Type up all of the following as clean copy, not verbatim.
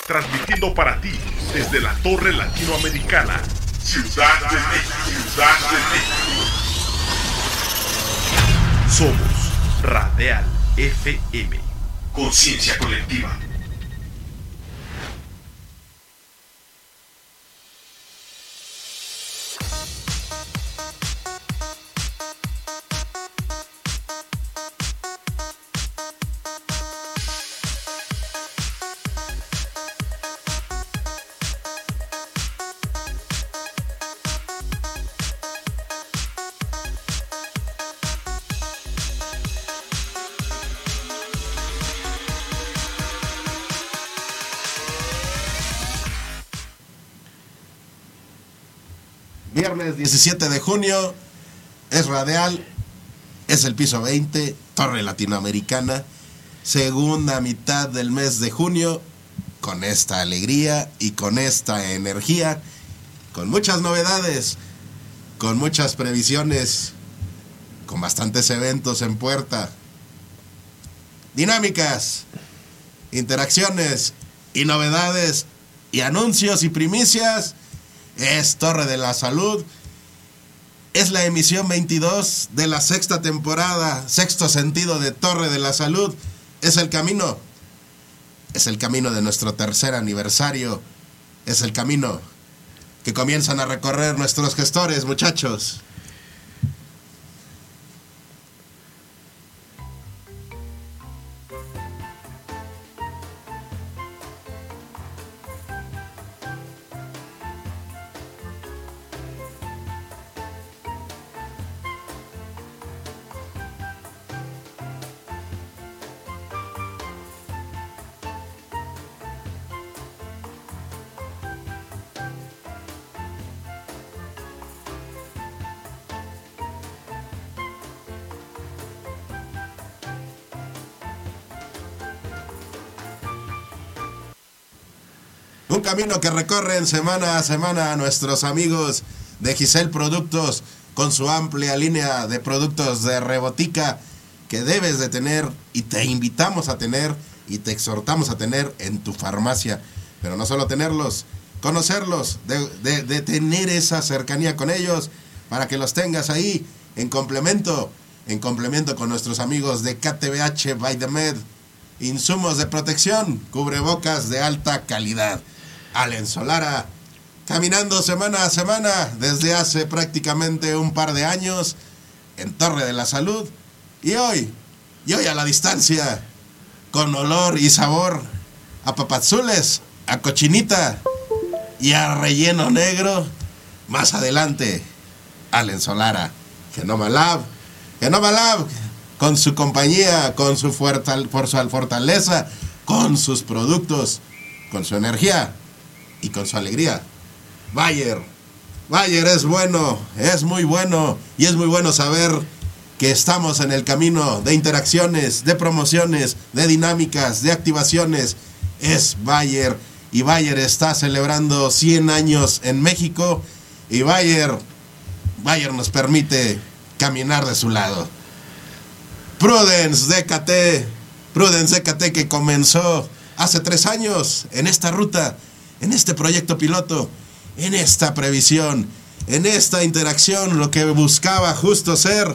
transmitiendo para ti desde la Torre Latinoamericana, Ciudad de México. Somos Radial FM, conciencia colectiva. Viernes 17 de junio, es Radial, es el piso 20, Torre Latinoamericana, segunda mitad del mes de junio, con esta alegría y con esta energía, con muchas novedades, con muchas previsiones, con bastantes eventos en puerta, dinámicas, interacciones y novedades y anuncios y primicias. Es Torre de la Salud, es la emisión 22 de la sexta temporada, sexto sentido de Torre de la Salud. Es el camino de nuestro tercer aniversario, es el camino que comienzan a recorrer nuestros gestores, muchachos. Un camino que recorren semana a semana nuestros amigos de Giselle Productos, con su amplia línea de productos de Rebotica que debes de tener y te invitamos a tener y te exhortamos a tener en tu farmacia. Pero no solo tenerlos, conocerlos, de tener esa cercanía con ellos para que los tengas ahí en complemento con nuestros amigos de KTBH by the Med, insumos de protección, cubrebocas de alta calidad. Allen Solara, caminando semana a semana desde hace prácticamente un par de años en Torre de la Salud, y hoy a la distancia, con olor y sabor a papazules, a cochinita y a relleno negro. Más adelante, Allen Solara, Genoma Lab, con su compañía, con su fortaleza, con sus productos, con su energía y con su alegría. Bayer es bueno, es muy bueno, y es muy bueno saber que estamos en el camino de interacciones, de promociones, de dinámicas, de activaciones. Es Bayer, y Bayer está celebrando 100 años en México, y Bayer nos permite caminar de su lado. Prudence DKT que comenzó hace 3 años en esta ruta, en este proyecto piloto, en esta previsión, en esta interacción, lo que buscaba justo ser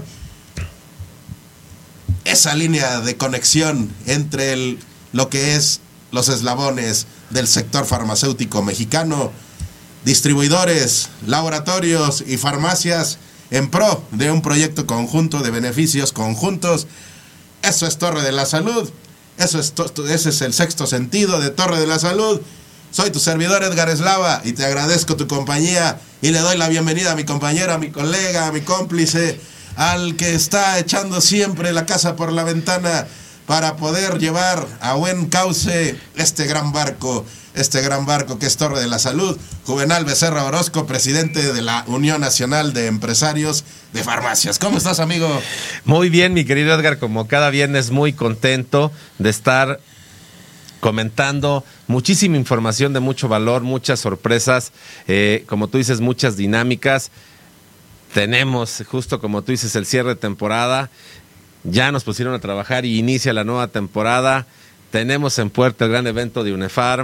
esa línea de conexión entre lo que es los eslabones del sector farmacéutico mexicano, distribuidores, laboratorios y farmacias, en pro de un proyecto conjunto de beneficios conjuntos. Eso es Torre de la Salud. Ese es el sexto sentido de Torre de la Salud. Soy tu servidor Edgar Eslava y te agradezco tu compañía y le doy la bienvenida a mi compañero, a mi colega, a mi cómplice, al que está echando siempre la casa por la ventana para poder llevar a buen cauce este gran barco que es Torre de la Salud. Juvenal Becerra Orozco, presidente de la Unión Nacional de Empresarios de Farmacias. ¿Cómo estás, amigo? Muy bien, mi querido Edgar, como cada viernes, muy contento de estar comentando muchísima información de mucho valor, muchas sorpresas, como tú dices, muchas dinámicas. Tenemos, justo como tú dices, el cierre de temporada. Ya nos pusieron a trabajar y inicia la nueva temporada. Tenemos en puerta el gran evento de UNEFAR.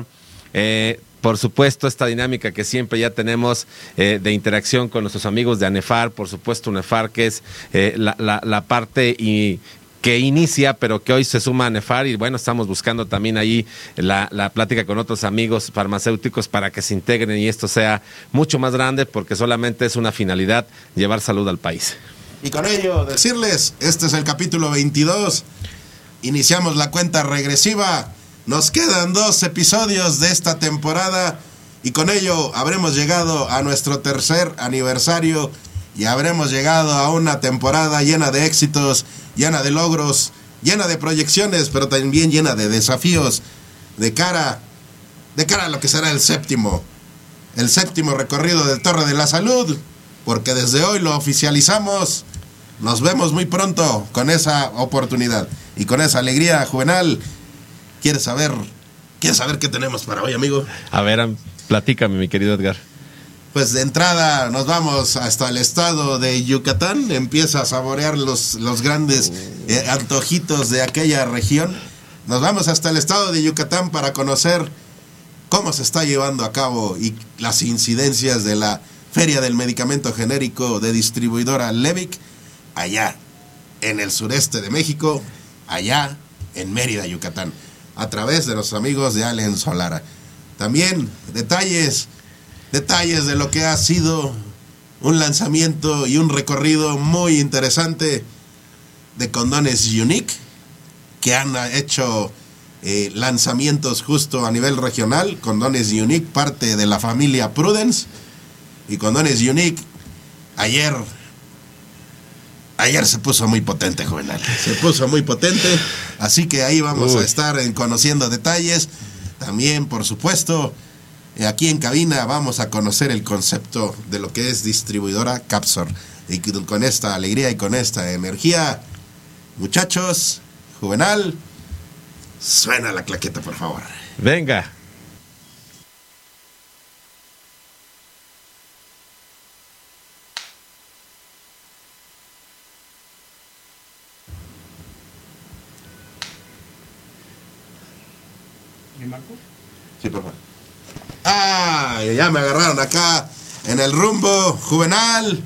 Por supuesto, esta dinámica que siempre ya tenemos de interacción con nuestros amigos de ANEFAR, por supuesto UNEFAR, que es la parte que inicia, pero que hoy se suma a ANEFAR, y bueno, estamos buscando también ahí la plática con otros amigos farmacéuticos para que se integren y esto sea mucho más grande, porque solamente es una finalidad, llevar salud al país. Y con ello, decirles, este es el capítulo 22, iniciamos la cuenta regresiva. Nos quedan 2 episodios de esta temporada y con ello habremos llegado a nuestro 3er aniversario y habremos llegado a una temporada llena de éxitos, llena de logros, llena de proyecciones, pero también llena de desafíos de cara a lo que será el séptimo recorrido del Torre de la Salud, porque desde hoy lo oficializamos. Nos vemos muy pronto con esa oportunidad y con esa alegría, Juvenal. ¿Quieres saber qué tenemos para hoy, amigo? A ver, platícame, mi querido Edgar. Pues de entrada nos vamos hasta el estado de Yucatán. Empieza a saborear los grandes antojitos de aquella región. Nos vamos hasta el estado de Yucatán para conocer cómo se está llevando a cabo y las incidencias de la Feria del Medicamento Genérico de distribuidora Levic, allá en el sureste de México, allá en Mérida, Yucatán, a través de los amigos de Allen Solara. También detalles de lo que ha sido un lanzamiento y un recorrido muy interesante de Condones Unique, que han hecho lanzamientos justo a nivel regional. Condones Unique, parte de la familia Prudence, y Condones Unique ayer se puso muy potente, Juvenal. Se puso muy potente. Así que ahí vamos a estar conociendo detalles. También, por supuesto, aquí en cabina vamos a conocer el concepto de lo que es distribuidora Capsor. Y con esta alegría y con esta energía, muchachos, Juvenal, suena la claqueta, por favor. Venga. Sí, por favor. Ya me agarraron acá en el rumbo, Juvenal.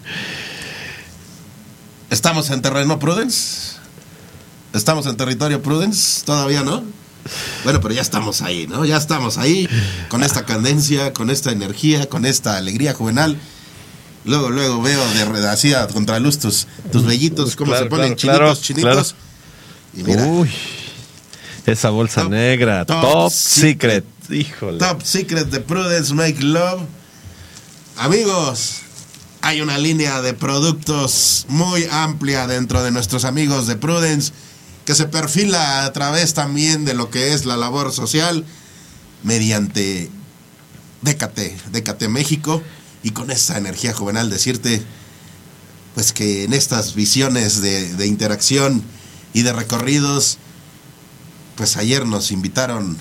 ¿Estamos en terreno Prudence? ¿Estamos en territorio Prudence? Todavía no. Bueno, pero ya estamos ahí, ¿no? Ya estamos ahí con esta cadencia, con esta energía, con esta alegría, Juvenal. Luego veo así a contraluz tus vellitos, cómo se ponen chinitos. Claro. Y mira. Uy, esa bolsa negra, Top Secret. Híjole. Top Secret de Prudence Make Love. Amigos, hay una línea de productos muy amplia dentro de nuestros amigos de Prudence, que se perfila a través también de lo que es la labor social mediante Décate México. Y con esta energía, Juvenal, decirte pues que en estas visiones de interacción y de recorridos, pues ayer nos invitaron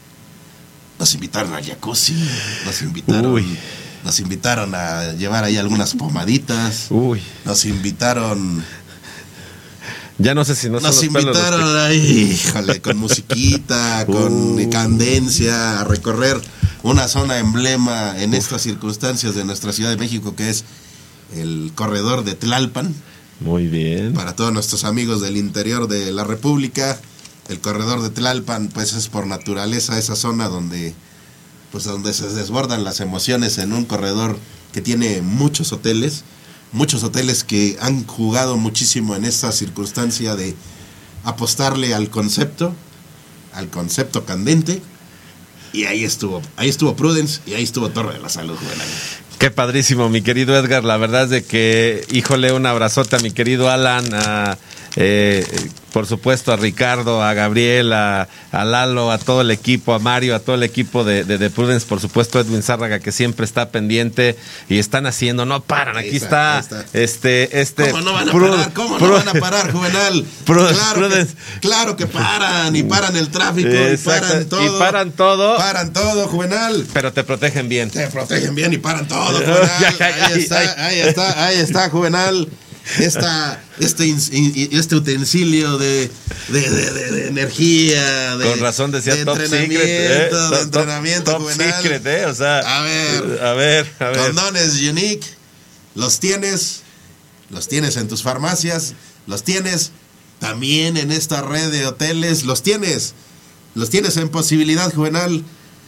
al jacuzzi, nos invitaron a llevar ahí algunas pomaditas, nos invitaron... Ya no sé si nos invitaron ahí, híjole, con musiquita, con cadencia, a recorrer una zona emblema en estas circunstancias de nuestra Ciudad de México, que es el corredor de Tlalpan. Muy bien. Para todos nuestros amigos del interior de la República, el corredor de Tlalpan, pues es por naturaleza esa zona donde se desbordan las emociones, en un corredor que tiene muchos hoteles que han jugado muchísimo en esta circunstancia de apostarle al concepto candente, y ahí estuvo Prudence y ahí estuvo Torre de la Salud, Juvenal. Qué padrísimo, mi querido Edgar. La verdad es de que, híjole, un abrazote a mi querido Alan, por supuesto a Ricardo, a Gabriel, a Lalo, a todo el equipo, a Mario, a todo el equipo de Prudence, por supuesto Edwin Zárraga, que siempre está pendiente y están haciendo, no paran, aquí está. ¿Cómo no van a parar? ¿Cómo no van a parar, Juvenal? Claro que paran, y paran el tráfico, y paran todo. Y paran todo. Paran todo, Juvenal. Pero te protegen bien. Te protegen bien y paran todo, Juvenal. Ahí está, Juvenal. este utensilio de energía, con razón decía de top entrenamiento, secret, de entrenamiento top juvenal. secret, o sea, a ver. Condones Unique, los tienes en tus farmacias, los tienes también en esta red de hoteles, los tienes en posibilidad juvenal,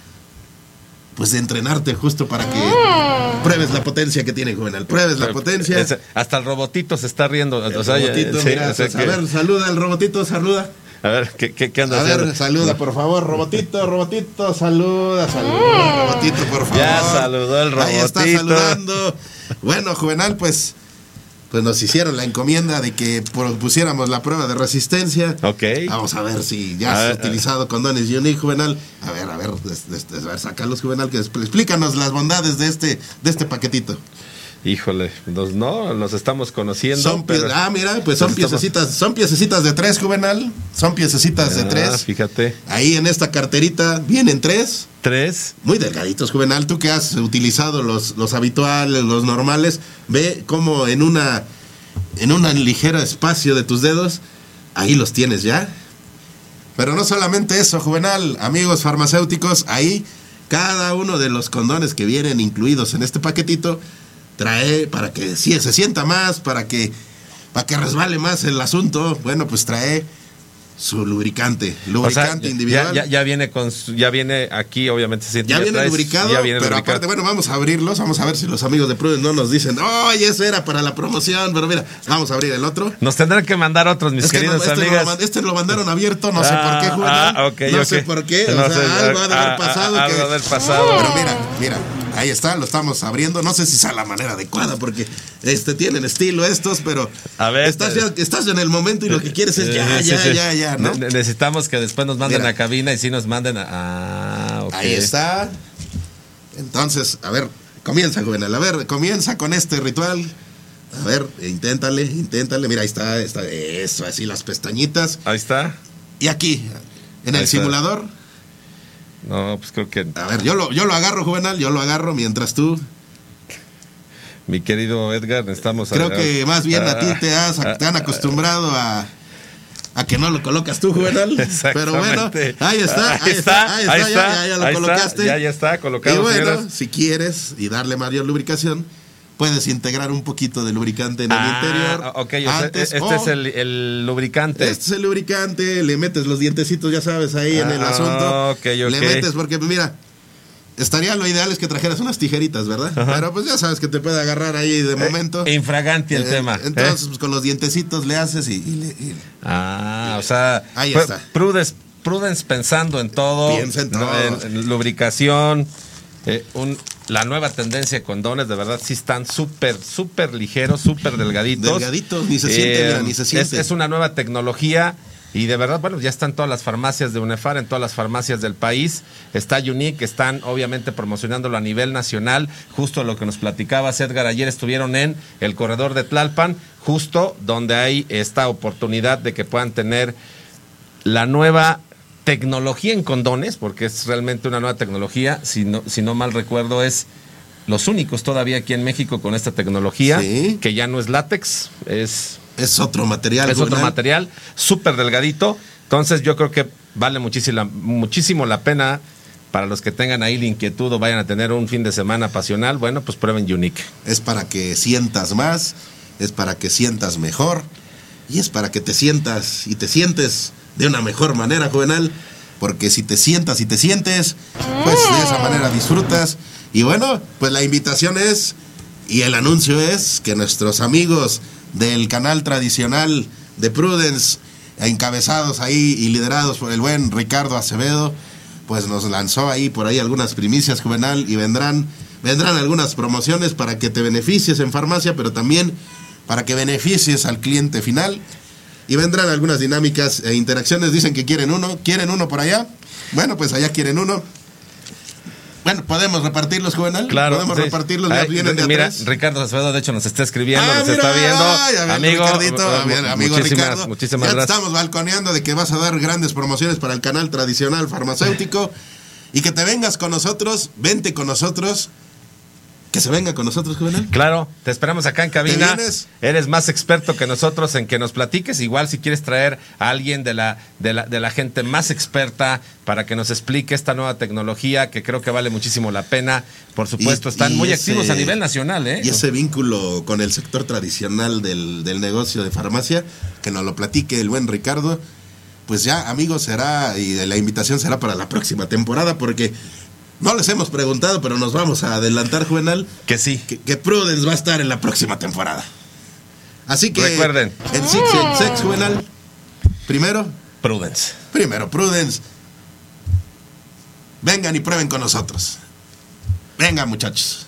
pues de entrenarte justo para que pruebes la potencia que tiene juvenal, pruebes la potencia. Hasta el robotito se está riendo. El robotito, mira, o sea a ver, saluda el robotito, saluda. A ver, ¿qué anda a haciendo? A ver, saluda, por favor, robotito, saluda, robotito, por favor. Ya saludó el robotito. Ahí está saludando. Bueno, juvenal, pues nos hicieron la encomienda de que pusiéramos la prueba de resistencia. Ok. Vamos a ver si ya has utilizado condones Unique, juvenal. A ver, sácalos, juvenal, que explícanos las bondades de este paquetito. Híjole, nos estamos conociendo. Mira, pues son piececitas de 3, juvenal. Son piececitas de 3. Fíjate. Ahí en esta carterita vienen 3. 3. Muy delgaditos, juvenal. Tú que has utilizado los habituales, los normales, ve cómo en una ligera espacio de tus dedos, ahí los tienes ya. Pero no solamente eso, juvenal, amigos farmacéuticos, ahí cada uno de los condones que vienen incluidos en este paquetito trae, para que se sienta más, para que resbale más el asunto, bueno, pues trae su lubricante individual. Ya viene aquí, obviamente. Ya viene lubricado, pero aparte, bueno, vamos a abrirlos, vamos a ver si los amigos de Prudence no nos dicen, oye, eso era para la promoción, pero mira, vamos a abrir el otro. Nos tendrán que mandar otros, mis queridos amigas. Este lo mandaron abierto, no sé por qué, juvenal. No sé por qué, algo ha de haber pasado. Algo ha de haber pasado. Pero mira. Ahí está, lo estamos abriendo. No sé si sea la manera adecuada porque tienen estilo estos, pero a ver, estás en el momento y lo que quieres es ya, ¿no? Necesitamos que después nos manden a cabina y sí nos manden a... Okay. Ahí está. Entonces, a ver, comienza, juvenal. A ver, comienza con este ritual. A ver, inténtale. Mira, ahí está eso, así las pestañitas. Ahí está. Y aquí, en el simulador. No, pues creo que... A ver, yo lo agarro, juvenal, mientras tú... Mi querido Edgar, estamos... Creo que más bien a ti te han acostumbrado a que no lo colocas tú, juvenal. Pero bueno, ahí está, ya lo colocaste. Ya está colocado. Y bueno, señoras, si quieres y darle mayor lubricación, puedes integrar un poquito de lubricante en el interior. Ok, este es el lubricante. Este es el lubricante, le metes los dientecitos, ya sabes, ahí en el asunto. Okay. Le metes porque, mira, lo ideal es que trajeras unas tijeritas, ¿verdad? Ajá. Pero pues ya sabes que te puede agarrar ahí de momento. Infragante el tema. Entonces, pues con los dientecitos le haces o sea, ahí está. Prudence pensando en todo. Piensa en todo. En lubricación. La nueva tendencia de condones, de verdad, sí están súper ligeros, súper delgaditos. Delgaditos, ni se siente, ni se siente. Es una nueva tecnología y de verdad, bueno, ya están todas las farmacias de UNEFAR, en todas las farmacias del país. Está Unique, están obviamente promocionándolo a nivel nacional. Justo lo que nos platicabas, Edgar, ayer estuvieron en el corredor de Tlalpan, justo donde hay esta oportunidad de que puedan tener la nueva tecnología en condones, porque es realmente una nueva tecnología, si no mal recuerdo, es los únicos todavía aquí en México con esta tecnología, sí, que ya no es látex, es otro material. Es otro material, súper delgadito. Entonces yo creo que vale muchísimo la pena para los que tengan ahí la inquietud o vayan a tener un fin de semana pasional. Bueno, pues prueben Unique. Es para que sientas más, es para que sientas mejor y es para que te sientas y te sientes de una mejor manera, juvenal, porque si te sientas y te sientes, pues de esa manera disfrutas. Y bueno, pues la invitación es, y el anuncio es, que nuestros amigos del canal tradicional de Prudence, encabezados ahí y liderados por el buen Ricardo Acevedo, pues nos lanzó ahí por ahí algunas primicias, juvenal, y vendrán algunas promociones para que te beneficies en farmacia, pero también para que beneficies al cliente final. Y vendrán algunas dinámicas e interacciones. Dicen que quieren uno por allá. Bueno, pues allá quieren uno. Bueno, ¿podemos repartirlos, juvenal? Claro. Podemos repartirlos, ya vienen de mira, atrás. Ricardo Acevedo, de hecho, nos está escribiendo, nos está viendo. Amigo Ricardo, muchísimas gracias. Estamos balconeando de que vas a dar grandes promociones para el canal tradicional farmacéutico y que te vengas con nosotros, vente con nosotros, que se venga con nosotros, Juvenal. Claro, te esperamos acá en cabina. ¿Te vienes? Eres más experto que nosotros en que nos platiques. Igual si quieres traer a alguien de la gente más experta para que nos explique esta nueva tecnología que creo que vale muchísimo la pena. Por supuesto, están muy activos a nivel nacional, ¿eh? Y ese vínculo con el sector tradicional del negocio de farmacia, que nos lo platique el buen Ricardo. Pues ya, amigos, será, y la invitación será para la próxima temporada, porque no les hemos preguntado, pero nos vamos a adelantar, Juvenal. Que sí. Que Prudence va a estar en la próxima temporada. Así que recuerden, en Six and Sex, Juvenal, primero Prudence. Vengan y prueben con nosotros. Vengan, muchachos.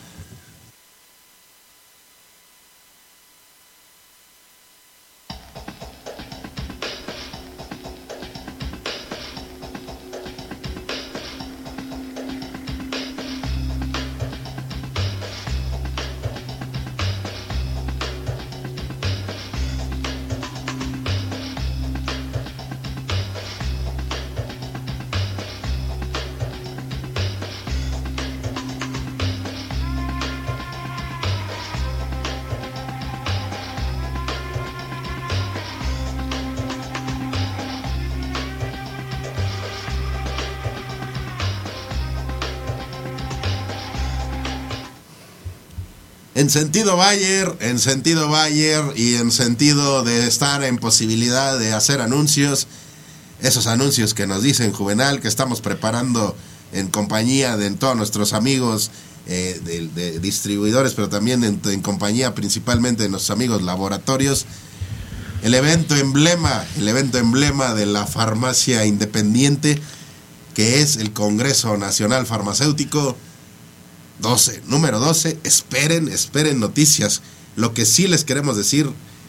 En sentido Bayer y en sentido de estar en posibilidad de hacer anuncios, esos anuncios que nos dicen, Juvenal, que estamos preparando en compañía de todos nuestros amigos de distribuidores, pero también en compañía principalmente de nuestros amigos laboratorios, el evento emblema de la farmacia independiente, que es el Congreso Nacional Farmacéutico número 12, esperen noticias. Lo que sí les queremos decir,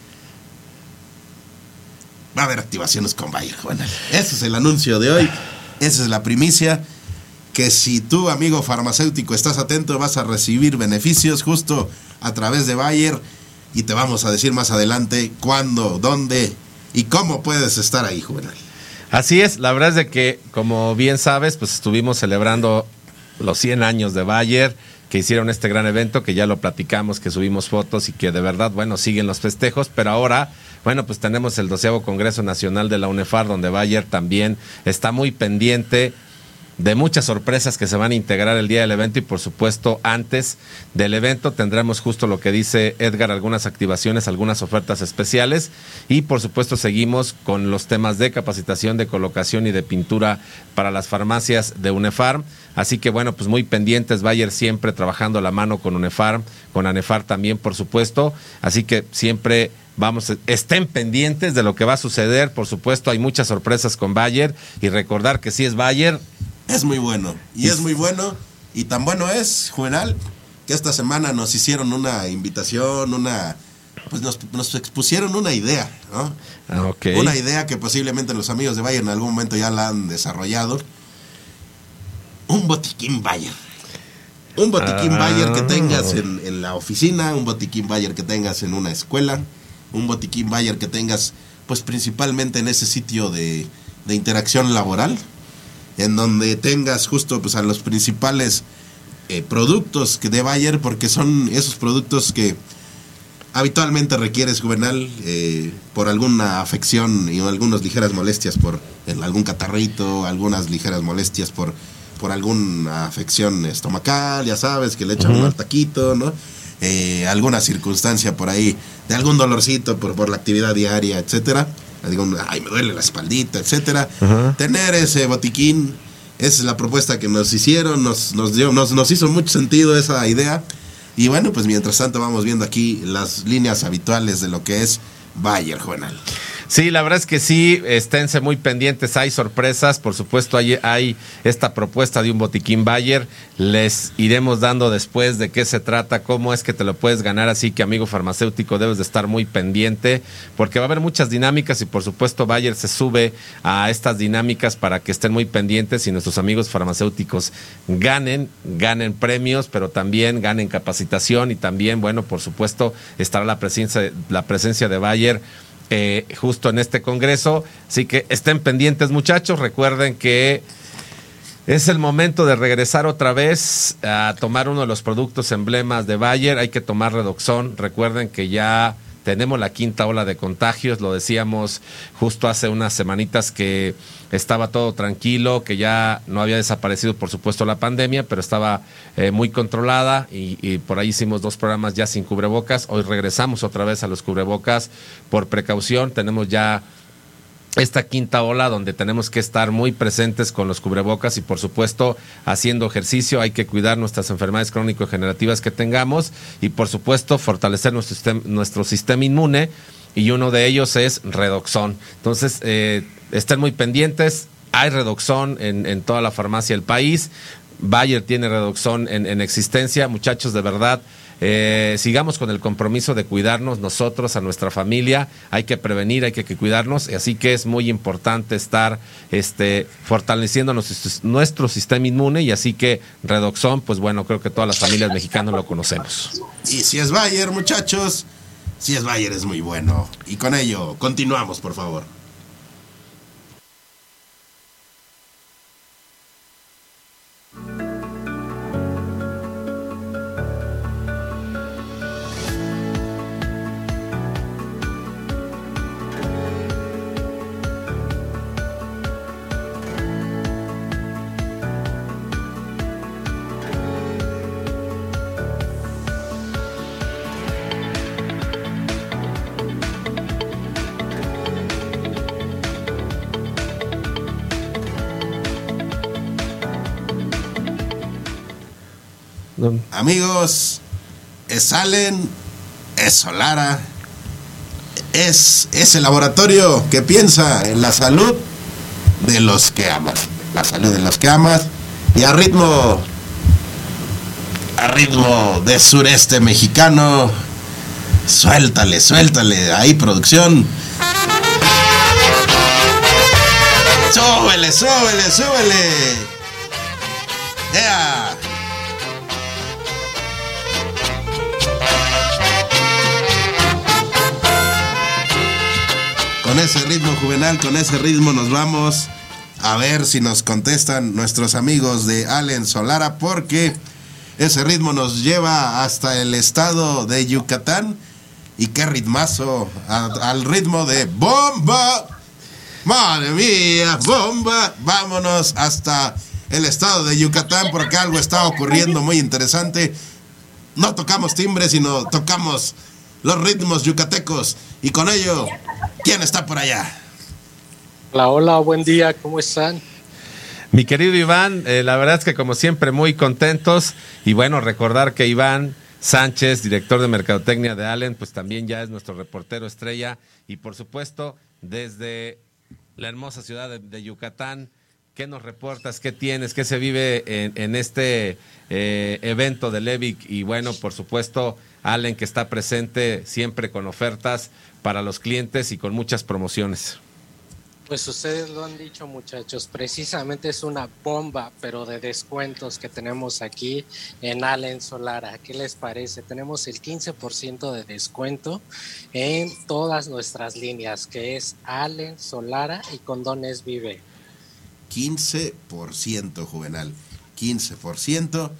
va a haber activaciones con Bayer, Juvenal. Ese es el anuncio de hoy, esa es la primicia, que si tú, amigo farmacéutico, estás atento, vas a recibir beneficios justo a través de Bayer, y te vamos a decir más adelante cuándo, dónde y cómo puedes estar ahí, Juvenal. Así es, la verdad es de que, como bien sabes, pues estuvimos celebrando los 100 años de Bayer, que hicieron este gran evento, que ya lo platicamos, que subimos fotos y que de verdad, bueno, siguen los festejos, pero ahora, bueno, pues tenemos el 12º Congreso Nacional de la UNEFAR, donde Bayer también está muy pendiente de muchas sorpresas que se van a integrar el día del evento, y por supuesto antes del evento tendremos justo lo que dice Edgar, algunas activaciones, algunas ofertas especiales, y por supuesto seguimos con los temas de capacitación, de colocación y de pintura para las farmacias de UNEFAR. Así que bueno, pues muy pendientes, Bayer siempre trabajando a la mano con UNEFAR, con ANEFAR también por supuesto, así que siempre estén pendientes de lo que va a suceder. Por supuesto hay muchas sorpresas con Bayer, y recordar que si es Bayer, es muy bueno, y tan bueno es, Juvenal, que esta semana nos hicieron una invitación, pues nos expusieron una idea, ¿no? Okay. Una idea que posiblemente los amigos de Bayer en algún momento ya la han desarrollado. Un botiquín Bayer. Un botiquín Bayer que tengas en la oficina, un botiquín Bayer que tengas en una escuela, un botiquín Bayer que tengas pues principalmente en ese sitio de interacción laboral, en donde tengas justo pues a los principales productos que de Bayer, porque son esos productos que habitualmente requieres, Juvenal, por alguna afección y algunas ligeras molestias en algún catarrito, algunas ligeras molestias por alguna afección estomacal, ya sabes, que le echan un taquito, ¿no? Alguna circunstancia por ahí de algún dolorcito por la actividad diaria, etcétera. Digo, ay, me duele la espaldita, etcétera. Tener ese botiquín, esa es la propuesta que nos hicieron, nos hizo mucho sentido esa idea. Y bueno, pues mientras tanto vamos viendo aquí las líneas habituales de lo que es Bayer, Juvenal. Sí, la verdad es que sí, esténse muy pendientes, hay sorpresas, por supuesto hay esta propuesta de un botiquín Bayer, les iremos dando después de qué se trata, cómo es que te lo puedes ganar, así que amigo farmacéutico debes de estar muy pendiente, porque va a haber muchas dinámicas y por supuesto Bayer se sube a estas dinámicas para que estén muy pendientes y nuestros amigos farmacéuticos ganen premios, pero también ganen capacitación, y también, bueno, por supuesto estará la presencia de Bayer justo en este congreso, así que estén pendientes, muchachos. Recuerden que Es el momento de regresar otra vez a tomar uno de los productos emblemas de Bayer. Hay que tomar Redoxon. Recuerden que ya tenemos la quinta ola de contagios. Lo decíamos justo hace unas semanitas que estaba todo tranquilo, que ya no había desaparecido, por supuesto, la pandemia, pero estaba muy controlada y por ahí hicimos 2 programas ya sin cubrebocas. Hoy regresamos otra vez a los cubrebocas por precaución. Tenemos ya esta quinta ola donde tenemos que estar muy presentes con los cubrebocas y por supuesto haciendo ejercicio. Hay que cuidar nuestras enfermedades crónico-degenerativas que tengamos y por supuesto fortalecer nuestro sistema inmune, y uno de ellos es Redoxon. Entonces estén muy pendientes. Hay Redoxon en toda la farmacia del país. Bayer tiene Redoxon en existencia. Muchachos, de verdad, sigamos con el compromiso de cuidarnos nosotros, a nuestra familia. Hay que prevenir, hay que cuidarnos, así que es muy importante estar fortaleciendo nuestro sistema inmune, y así que Redoxon, pues bueno, creo que todas las familias mexicanas lo conocemos. Y si es Bayer, muchachos, si es Bayer es muy bueno. Y con ello, continuamos, por favor. Amigos, es Allen, es Solara, es ese laboratorio que piensa en la salud de los que amas, la salud de los que amas, y a ritmo de sureste mexicano. Suéltale, ahí, producción. Súbele. Yeah. Con ese ritmo juvenal, con ese ritmo nos vamos a ver si nos contestan nuestros amigos de Allen Solara, porque ese ritmo nos lleva hasta el estado de Yucatán. Y qué ritmazo, al ritmo de bomba. Madre mía, bomba. Vámonos hasta el estado de Yucatán, porque algo está ocurriendo muy interesante. No tocamos timbre, sino tocamos los ritmos yucatecos. Y con ello, ¿quién está por allá? Hola, buen día, ¿cómo están? Mi querido Iván, la verdad es que como siempre muy contentos, y bueno, recordar que Iván Sánchez, director de Mercadotecnia de Allen, pues también ya es nuestro reportero estrella, y por supuesto, desde la hermosa ciudad de Yucatán, ¿qué nos reportas? ¿Qué tienes? ¿Qué se vive en este evento de Levic? Y bueno, por supuesto, Allen, que está presente siempre con ofertas para los clientes y con muchas promociones. Pues ustedes lo han dicho, muchachos, precisamente es una bomba, pero de descuentos que tenemos aquí en Allen Solara. ¿Qué les parece? Tenemos el 15% de descuento en todas nuestras líneas, que es Allen Solara y Condones Vive. 15%, Juvenal, 15%.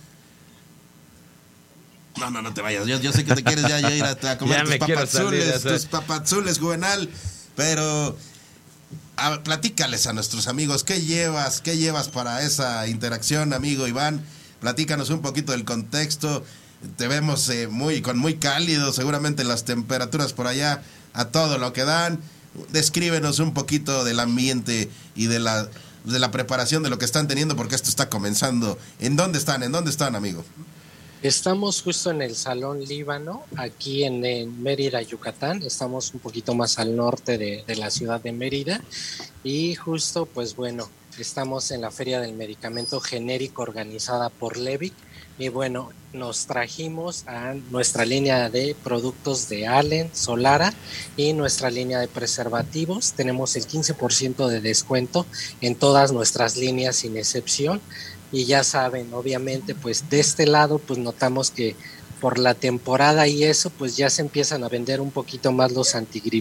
No te vayas. Yo sé que te quieres ya ir a comer tus papazules, Juvenal, pero platícales a nuestros amigos, ¿qué llevas para esa interacción, amigo Iván? Platícanos un poquito del contexto. Te vemos muy cálido, seguramente las temperaturas por allá a todo lo que dan. Descríbenos un poquito del ambiente y de la preparación de lo que están teniendo, porque esto está comenzando. ¿En dónde están, amigo? Estamos justo en el Salón Líbano, aquí en Mérida, Yucatán. Estamos un poquito más al norte de la ciudad de Mérida. Y justo, pues bueno, estamos en la Feria del Medicamento Genérico organizada por Levic. Y bueno, nos trajimos a nuestra línea de productos de Allen, Solara y nuestra línea de preservativos. Tenemos el 15% de descuento en todas nuestras líneas sin excepción. Y ya saben, obviamente, pues de este lado, pues notamos que por la temporada y eso, pues ya se empiezan a vender un poquito más los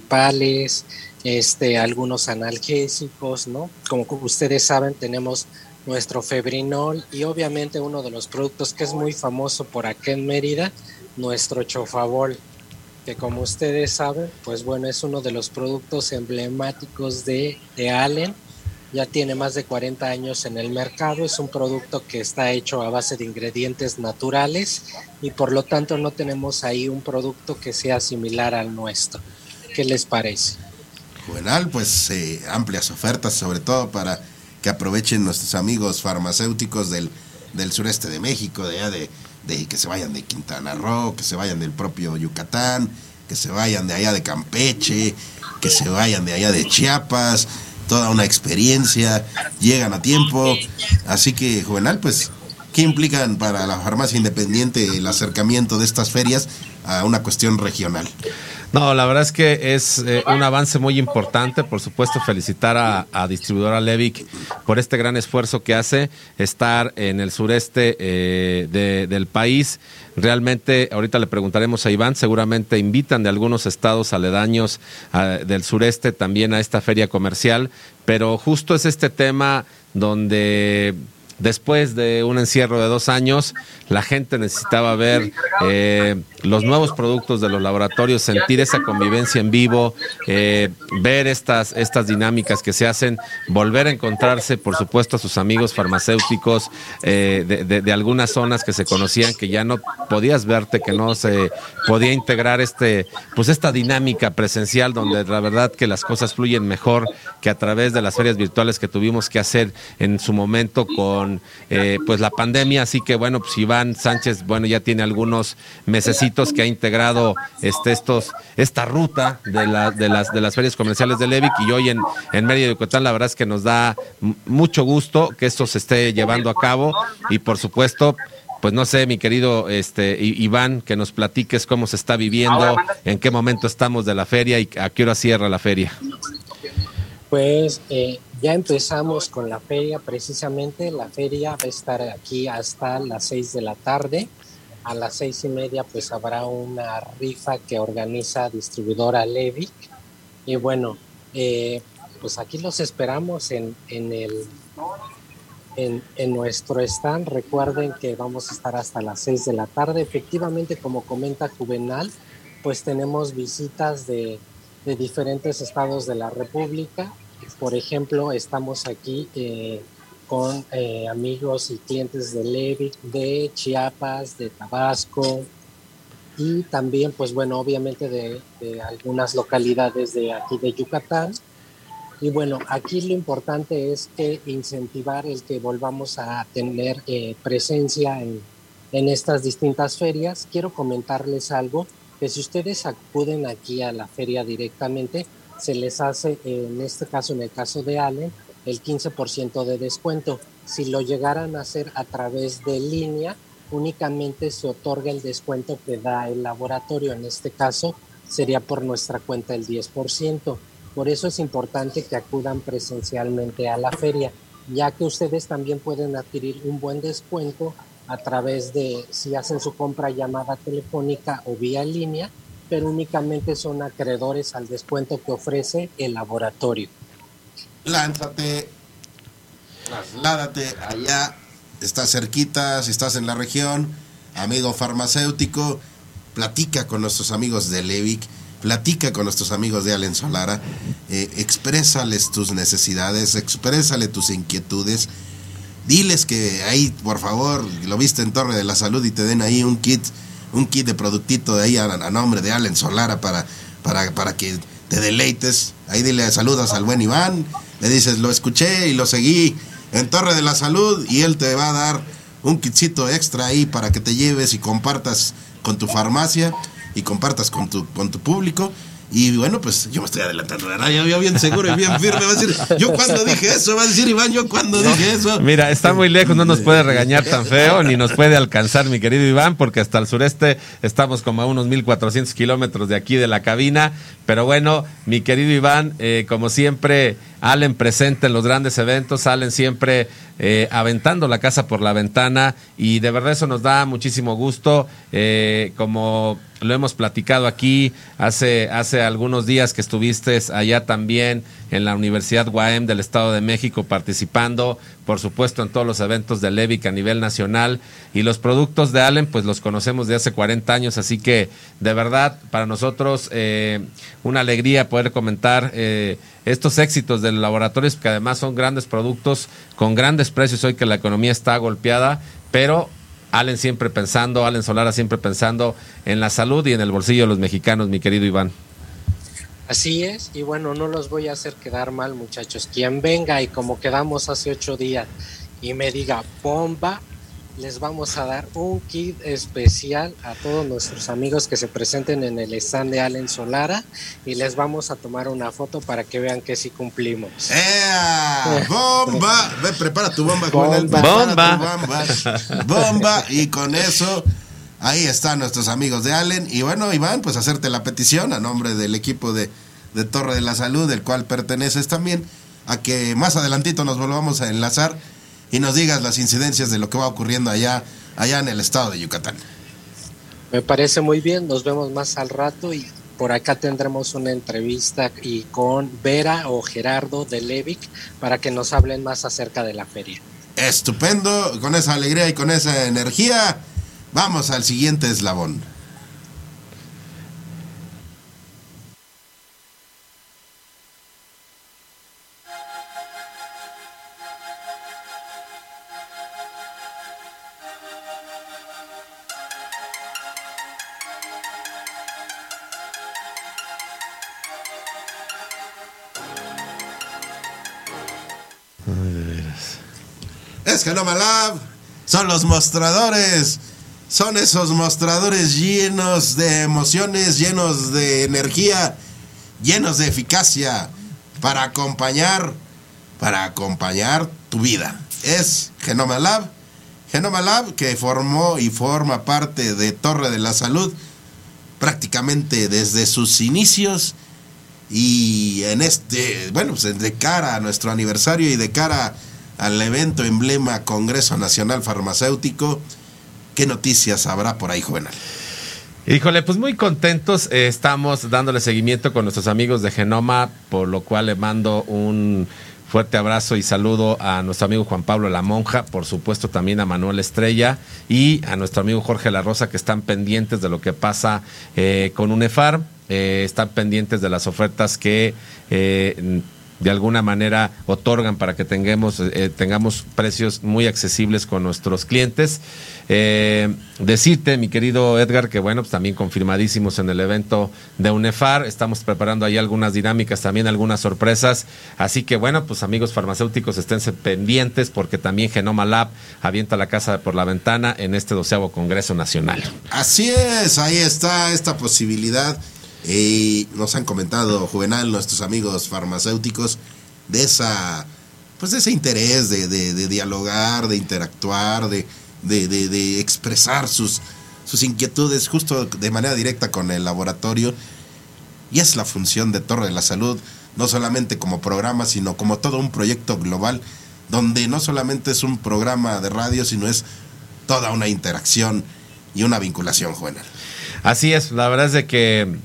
antigripales, algunos analgésicos, ¿no? Como ustedes saben, tenemos nuestro Febrinol y obviamente uno de los productos que es muy famoso por acá en Mérida, nuestro Chofabol, que como ustedes saben, pues bueno, es uno de los productos emblemáticos de Allen. Ya tiene más de 40 años en el mercado, es un producto que está hecho a base de ingredientes naturales y por lo tanto no tenemos ahí un producto que sea similar al nuestro. ¿Qué les parece? Juvenal, pues amplias ofertas, sobre todo para que aprovechen nuestros amigos farmacéuticos del sureste de México, de allá de que se vayan de Quintana Roo, que se vayan del propio Yucatán, que se vayan de allá de Campeche, que se vayan de allá de Chiapas. Toda una experiencia, llegan a tiempo, así que Juvenal, pues, ¿qué implican para la farmacia independiente el acercamiento de estas ferias a una cuestión regional? No, la verdad es que es un avance muy importante. Por supuesto, felicitar a distribuidora Levic por este gran esfuerzo que hace estar en el sureste del país. Realmente, ahorita le preguntaremos a Iván, seguramente invitan de algunos estados aledaños del sureste también a esta feria comercial, pero justo es este tema donde después de un encierro de 2 años, la gente necesitaba ver los nuevos productos de los laboratorios, sentir esa convivencia en vivo, ver estas dinámicas que se hacen, volver a encontrarse, por supuesto, a sus amigos farmacéuticos de algunas zonas que se conocían, que ya no podías verte, que no se podía integrar esta dinámica presencial, donde la verdad que las cosas fluyen mejor que a través de las ferias virtuales que tuvimos que hacer en su momento con pues la pandemia. Así que bueno, pues Iván Sánchez, bueno, ya tiene algunos mesecitos que ha integrado esta ruta de las ferias comerciales de Levic, y hoy en Mérida, Yucatán, la verdad es que nos da mucho gusto que esto se esté llevando a cabo. Y por supuesto, pues no sé, mi querido Iván, que nos platiques cómo se está viviendo, en qué momento estamos de la feria y a qué hora cierra la feria. Pues ya empezamos con la feria. Precisamente la feria va a estar aquí hasta las 6 de la tarde. A las 6:30 pues habrá una rifa que organiza distribuidora Levic. Y bueno, pues aquí los esperamos en nuestro stand. Recuerden que vamos a estar hasta las 6 de la tarde. Efectivamente, como comenta Juvenal, pues tenemos visitas de diferentes estados de la República. Por ejemplo, estamos aquí con amigos y clientes de Levic, de Chiapas, de Tabasco, y también, pues bueno, obviamente de algunas localidades de aquí de Yucatán. Y bueno, aquí lo importante es que incentivar el que volvamos a tener presencia en estas distintas ferias. Quiero comentarles algo, que si ustedes acuden aquí a la feria directamente, se les hace, en este caso, en el caso de Allen, el 15% de descuento. Si lo llegaran a hacer a través de línea, únicamente se otorga el descuento que da el laboratorio. En este caso, sería por nuestra cuenta el 10%. Por eso es importante que acudan presencialmente a la feria, ya que ustedes también pueden adquirir un buen descuento a través de, si hacen su compra llamada telefónica o vía línea, pero únicamente son acreedores al descuento que ofrece el laboratorio. Lánzate, trasládate allá, estás cerquita, si estás en la región, amigo farmacéutico, platica con nuestros amigos de Levic, platica con nuestros amigos de Allen Solara, exprésales tus necesidades, exprésale tus inquietudes, diles que ahí, por favor, lo viste en Torre de la Salud y te den ahí un kit de productito de ahí a nombre de Allen Solara para que te deleites. Ahí dile saludas al buen Iván, le dices, lo escuché y lo seguí en Torre de la Salud, y él te va a dar un kitcito extra ahí para que te lleves y compartas con tu farmacia y compartas con tu público. Y bueno, pues yo me estoy adelantando, ¿verdad? Yo bien seguro y bien firme. Va a decir, ¿yo cuando dije eso? Va a decir Iván, ¿yo cuando dije eso? Mira, está muy lejos, no nos puede regañar tan feo, ni nos puede alcanzar, mi querido Iván, porque hasta el sureste estamos como a unos 1,400 kilómetros de aquí de la cabina. Pero bueno, mi querido Iván, como siempre, Allen presente en los grandes eventos, Allen siempre aventando la casa por la ventana, y de verdad eso nos da muchísimo gusto. Como lo hemos platicado aquí hace algunos días que estuviste allá también en la Universidad UAM del Estado de México, participando, por supuesto, en todos los eventos de Levic a nivel nacional. Y los productos de Allen, pues los conocemos de hace 40 años, así que de verdad, para nosotros, una alegría poder comentar estos éxitos de los laboratorios, que además son grandes productos con grandes precios hoy que la economía está golpeada, pero Allen Solara siempre pensando en la salud y en el bolsillo de los mexicanos, mi querido Iván. Así es, y bueno, no los voy a hacer quedar mal, muchachos. Quien venga y como quedamos hace 8 días y me diga bomba, les vamos a dar un kit especial a todos nuestros amigos que se presenten en el stand de Allen Solara y les vamos a tomar una foto para que vean que sí cumplimos. ¡Bomba! Ve, prepara tu bomba, Juvenal. ¡Bomba! Y con eso, ahí están nuestros amigos de Allen. Y bueno, Iván, pues hacerte la petición a nombre del equipo de Torre de la Salud, del cual perteneces también, a que más adelantito nos volvamos a enlazar y nos digas las incidencias de lo que va ocurriendo allá en el estado de Yucatán. Me parece muy bien, nos vemos más al rato y por acá tendremos una entrevista y con Vera o Gerardo de Levic para que nos hablen más acerca de la feria. Estupendo, con esa alegría y con esa energía, vamos al siguiente eslabón. Es Genoma Lab, son los mostradores, son esos mostradores llenos de emociones, llenos de energía, llenos de eficacia para acompañar tu vida. Es Genoma Lab que formó y forma parte de Torre de la Salud prácticamente desde sus inicios. Y pues de cara a nuestro aniversario y de cara al evento emblema Congreso Nacional Farmacéutico, ¿qué noticias habrá por ahí, Juvenal? Híjole, pues muy contentos, estamos dándole seguimiento con nuestros amigos de Genoma, por lo cual le mando un fuerte abrazo y saludo a nuestro amigo Juan Pablo La Monja, por supuesto también a Manuel Estrella y a nuestro amigo Jorge La Rosa, que están pendientes de lo que pasa con UNEFAR, están pendientes de las ofertas que de alguna manera otorgan para que tengamos precios muy accesibles con nuestros clientes. Decirte, mi querido Edgar, que bueno, pues también confirmadísimos en el evento de UNEFAR, estamos preparando ahí algunas dinámicas, también algunas sorpresas, así que bueno, pues amigos farmacéuticos, esténse pendientes porque también Genoma Lab avienta la casa por la ventana en este 12º Congreso Nacional. Así es, ahí está esta posibilidad. Y nos han comentado, Juvenal, nuestros amigos farmacéuticos, de ese interés de dialogar, de interactuar, de expresar sus inquietudes justo de manera directa con el laboratorio. Y es la función de Torre de la Salud, no solamente como programa, sino como todo un proyecto global, donde no solamente es un programa de radio, sino es toda una interacción y una vinculación, Juvenal. Así es, la verdad es de que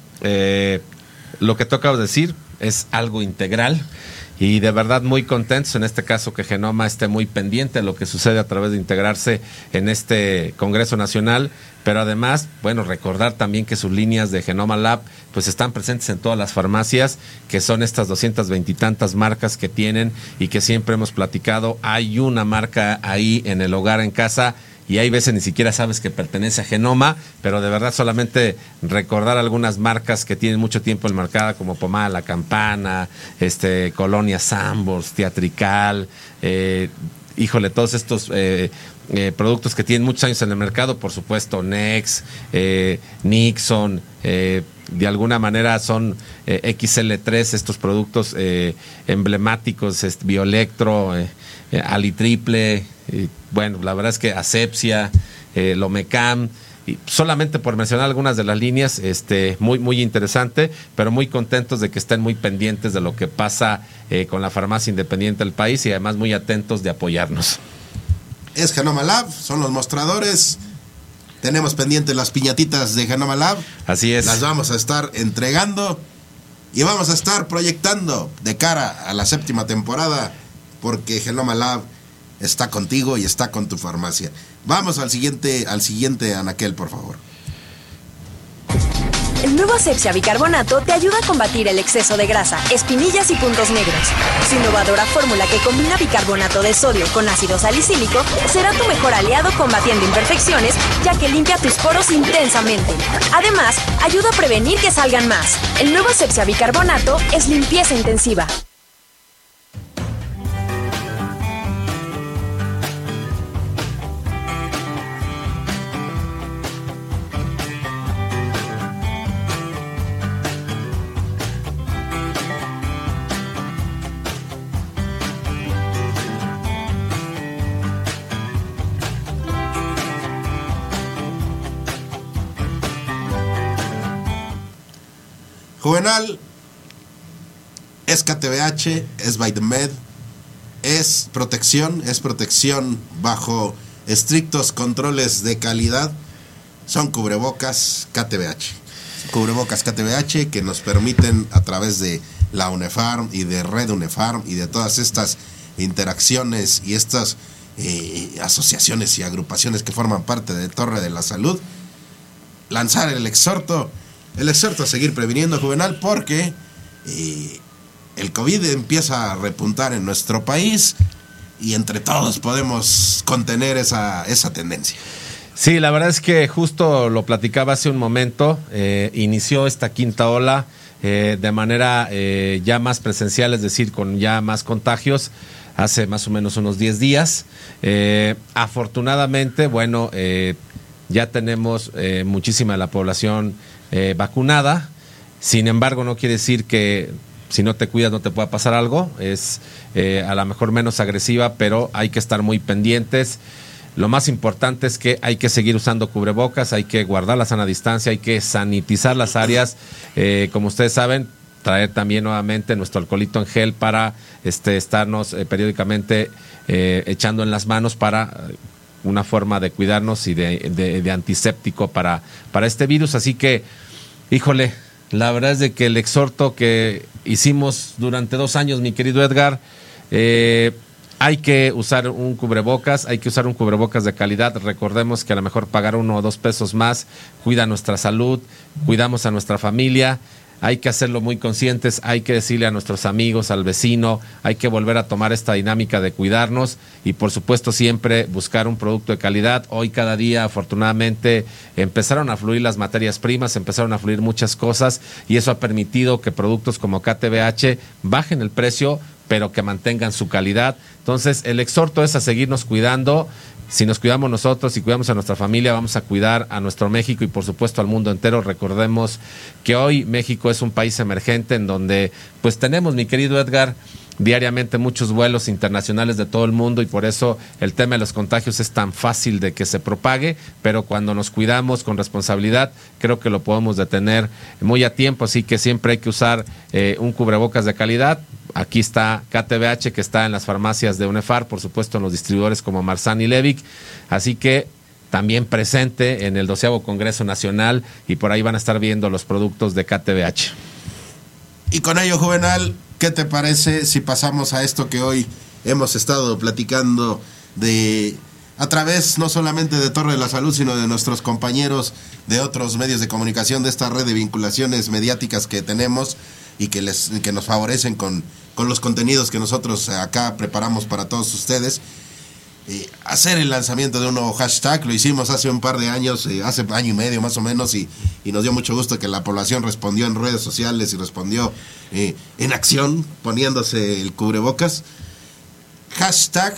lo que toca decir es algo integral y de verdad muy contentos en este caso que Genoma esté muy pendiente de lo que sucede a través de integrarse en este Congreso Nacional, pero además, bueno, recordar también que sus líneas de Genoma Lab pues están presentes en todas las farmacias, que son estas 220 y tantas marcas que tienen y que siempre hemos platicado. Hay una marca ahí en el hogar, en casa, y hay veces ni siquiera sabes que pertenece a Genoma, pero de verdad solamente recordar algunas marcas que tienen mucho tiempo en el mercado, como Pomada La Campana, Colonia Sambors, Teatrical, híjole, todos estos productos que tienen muchos años en el mercado, por supuesto, Nex, Nixon, de alguna manera son XL3, estos productos emblemáticos, Bioelectro, Alitriple, bueno, la verdad es que Asepsia, Lomecam, y solamente por mencionar algunas de las líneas, muy, muy interesante, pero muy contentos de que estén muy pendientes de lo que pasa con la farmacia independiente del país y además muy atentos de apoyarnos. Es Genoma Lab, son los mostradores. Tenemos pendientes las piñatitas de Genoma Lab. Así es. Las vamos a estar entregando. Y vamos a estar proyectando de cara a la 7ª temporada, porque Genoma Lab está contigo y está con tu farmacia. Vamos al siguiente, Anaquel, por favor. El nuevo Asepxia bicarbonato te ayuda a combatir el exceso de grasa, espinillas y puntos negros. Su innovadora fórmula que combina bicarbonato de sodio con ácido salicílico será tu mejor aliado combatiendo imperfecciones, ya que limpia tus poros intensamente. Además, ayuda a prevenir que salgan más. El nuevo Asepxia bicarbonato es limpieza intensiva. Juvenal, es KTBH, es Vitamed, es protección bajo estrictos controles de calidad. Son cubrebocas KTBH. Cubrebocas KTBH que nos permiten, a través de la UNEFARM y de Red UNEFARM y de todas estas interacciones y estas asociaciones y agrupaciones que forman parte de Torre de la Salud, lanzar el exhorto a seguir previniendo, Juvenal, porque el COVID empieza a repuntar en nuestro país y entre todos podemos contener esa tendencia. Sí, la verdad es que justo lo platicaba hace un momento, inició esta quinta ola de manera ya más presencial, es decir, con ya más contagios, hace más o menos unos 10 días. Afortunadamente, bueno, ya tenemos muchísima de la población vacunada. Sin embargo, no quiere decir que si no te cuidas no te pueda pasar algo. Es a lo mejor menos agresiva, pero hay que estar muy pendientes. Lo más importante es que hay que seguir usando cubrebocas, hay que guardar la sana distancia, hay que sanitizar las áreas. Como ustedes saben, traer también nuevamente nuestro alcoholito en gel para estarnos periódicamente echando en las manos para una forma de cuidarnos y de antiséptico para este virus. Así que, híjole, la verdad es de que el exhorto que hicimos durante 2 años, mi querido Edgar, hay que usar un cubrebocas, hay que usar un cubrebocas de calidad. Recordemos que a lo mejor pagar 1 o 2 pesos más cuida nuestra salud, cuidamos a nuestra familia. Hay que hacerlo muy conscientes, hay que decirle a nuestros amigos, al vecino, hay que volver a tomar esta dinámica de cuidarnos y por supuesto siempre buscar un producto de calidad. Hoy cada día afortunadamente empezaron a fluir las materias primas, empezaron a fluir muchas cosas y eso ha permitido que productos como KTBH bajen el precio, pero que mantengan su calidad. Entonces el exhorto es a seguirnos cuidando. Si nos cuidamos nosotros y cuidamos a nuestra familia, vamos a cuidar a nuestro México y por supuesto al mundo entero. Recordemos que hoy México es un país emergente en donde pues tenemos, mi querido Edgar, diariamente muchos vuelos internacionales de todo el mundo y por eso el tema de los contagios es tan fácil de que se propague, pero cuando nos cuidamos con responsabilidad creo que lo podemos detener muy a tiempo, así que siempre hay que usar un cubrebocas de calidad. Aquí está KTBH, que está en las farmacias de UNEFAR, por supuesto en los distribuidores como Marzán y Levic, así que también presente en el 12º Congreso Nacional y por ahí van a estar viendo los productos de KTBH. Y con ello, Juvenal, ¿qué te parece si pasamos a esto que hoy hemos estado platicando a través no solamente de Torre de la Salud, sino de nuestros compañeros de otros medios de comunicación, de esta red de vinculaciones mediáticas que tenemos y que nos favorecen con los contenidos que nosotros acá preparamos para todos ustedes? Hacer el lanzamiento de un nuevo hashtag. Lo hicimos hace un par de años, hace 1 año y medio más o menos, y nos dio mucho gusto que la población respondió en redes sociales y respondió en acción poniéndose el cubrebocas. Hashtag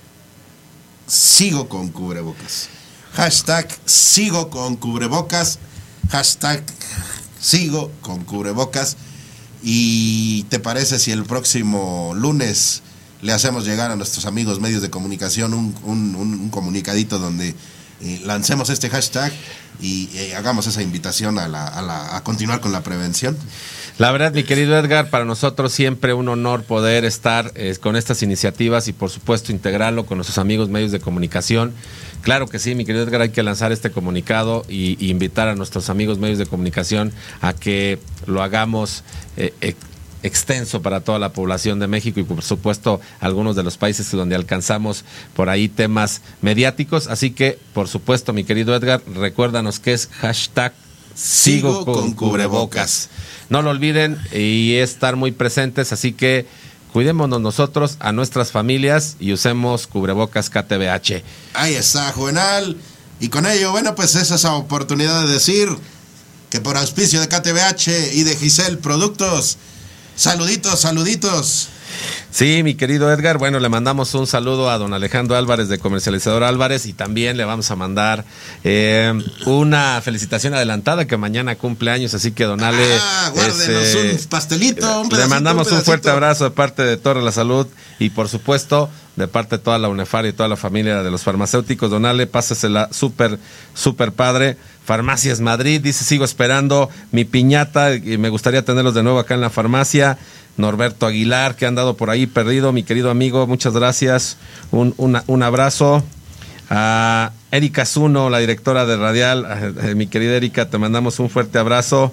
sigo con cubrebocas. Hashtag sigo con cubrebocas. Hashtag sigo con cubrebocas. ¿Y te parece si el próximo lunes le hacemos llegar a nuestros amigos medios de comunicación un comunicadito donde lancemos este hashtag y hagamos esa invitación a continuar con la prevención. La verdad, mi querido Edgar, para nosotros siempre un honor poder estar con estas iniciativas y por supuesto integrarlo con nuestros amigos medios de comunicación. Claro que sí, mi querido Edgar, hay que lanzar este comunicado y invitar a nuestros amigos medios de comunicación a que lo hagamos extenso para toda la población de México y por supuesto algunos de los países donde alcanzamos por ahí temas mediáticos. Así que, por supuesto, mi querido Edgar, recuérdanos que es hashtag Sigo con cubrebocas. No lo olviden y estar muy presentes, así que cuidémonos nosotros, a nuestras familias y usemos cubrebocas KTBH. Ahí está, Juvenal. Y con ello, bueno, pues es esa oportunidad de decir que por auspicio de KTBH y de Giselle Productos, saluditos. Sí, mi querido Edgar, bueno, le mandamos un saludo a don Alejandro Álvarez de Comercializador Álvarez y también le vamos a mandar una felicitación adelantada que mañana cumple años, así que don Ale, guárdenos un pastelito, un pedacito, le mandamos un fuerte abrazo de parte de Torre La Salud y por supuesto de parte de toda la UNEFAR y toda la familia de los farmacéuticos. Don Ale, pásesela súper padre. Farmacias Madrid, dice, sigo esperando mi piñata y me gustaría tenerlos de nuevo acá en la farmacia. Norberto Aguilar, que ha andado por ahí perdido, mi querido amigo, muchas gracias, un abrazo. A Erika Zuno, la directora de Radial, mi querida Erika, te mandamos un fuerte abrazo.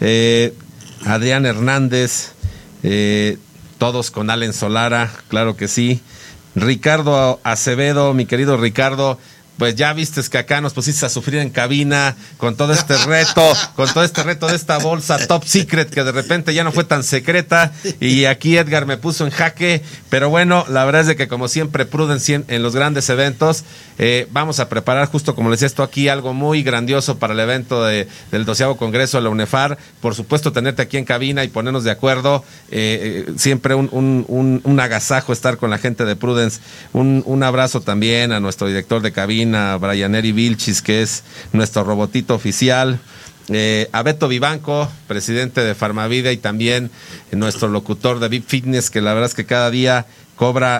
Adrián Hernández, todos con Allen Solara, claro que sí. Ricardo Acevedo, mi querido Ricardo, pues ya vistes que acá nos pusiste a sufrir en cabina con todo este reto, de esta bolsa top secret que de repente ya no fue tan secreta y aquí Edgar me puso en jaque, pero bueno, la verdad es de que como siempre Prudence en los grandes eventos, vamos a preparar justo como les decía esto aquí, algo muy grandioso para el evento del 12º Congreso de la UNEFAR, por supuesto tenerte aquí en cabina y ponernos de acuerdo, siempre un agasajo estar con la gente de Prudence, un abrazo también a nuestro director de cabina, a Brian Eri Vilchis, que es nuestro robotito oficial, a Beto Vivanco, presidente de Farmavida y también nuestro locutor de VIP Fitness, que la verdad es que cada día cobra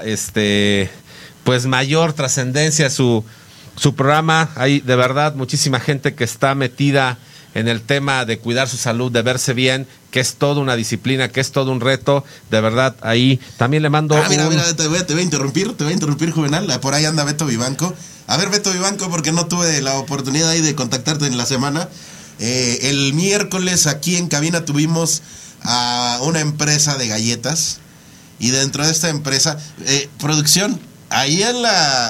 pues mayor trascendencia su programa. Hay de verdad muchísima gente que está metida en el tema de cuidar su salud, de verse bien, que es toda una disciplina, que es todo un reto, de verdad, ahí también le mando mira, te voy a interrumpir, Juvenal, por ahí anda Beto Vivanco. A ver, Beto Vivanco, porque no tuve la oportunidad ahí de contactarte en la semana. El miércoles aquí en cabina tuvimos a una empresa de galletas y dentro de esta empresa, producción, ahí en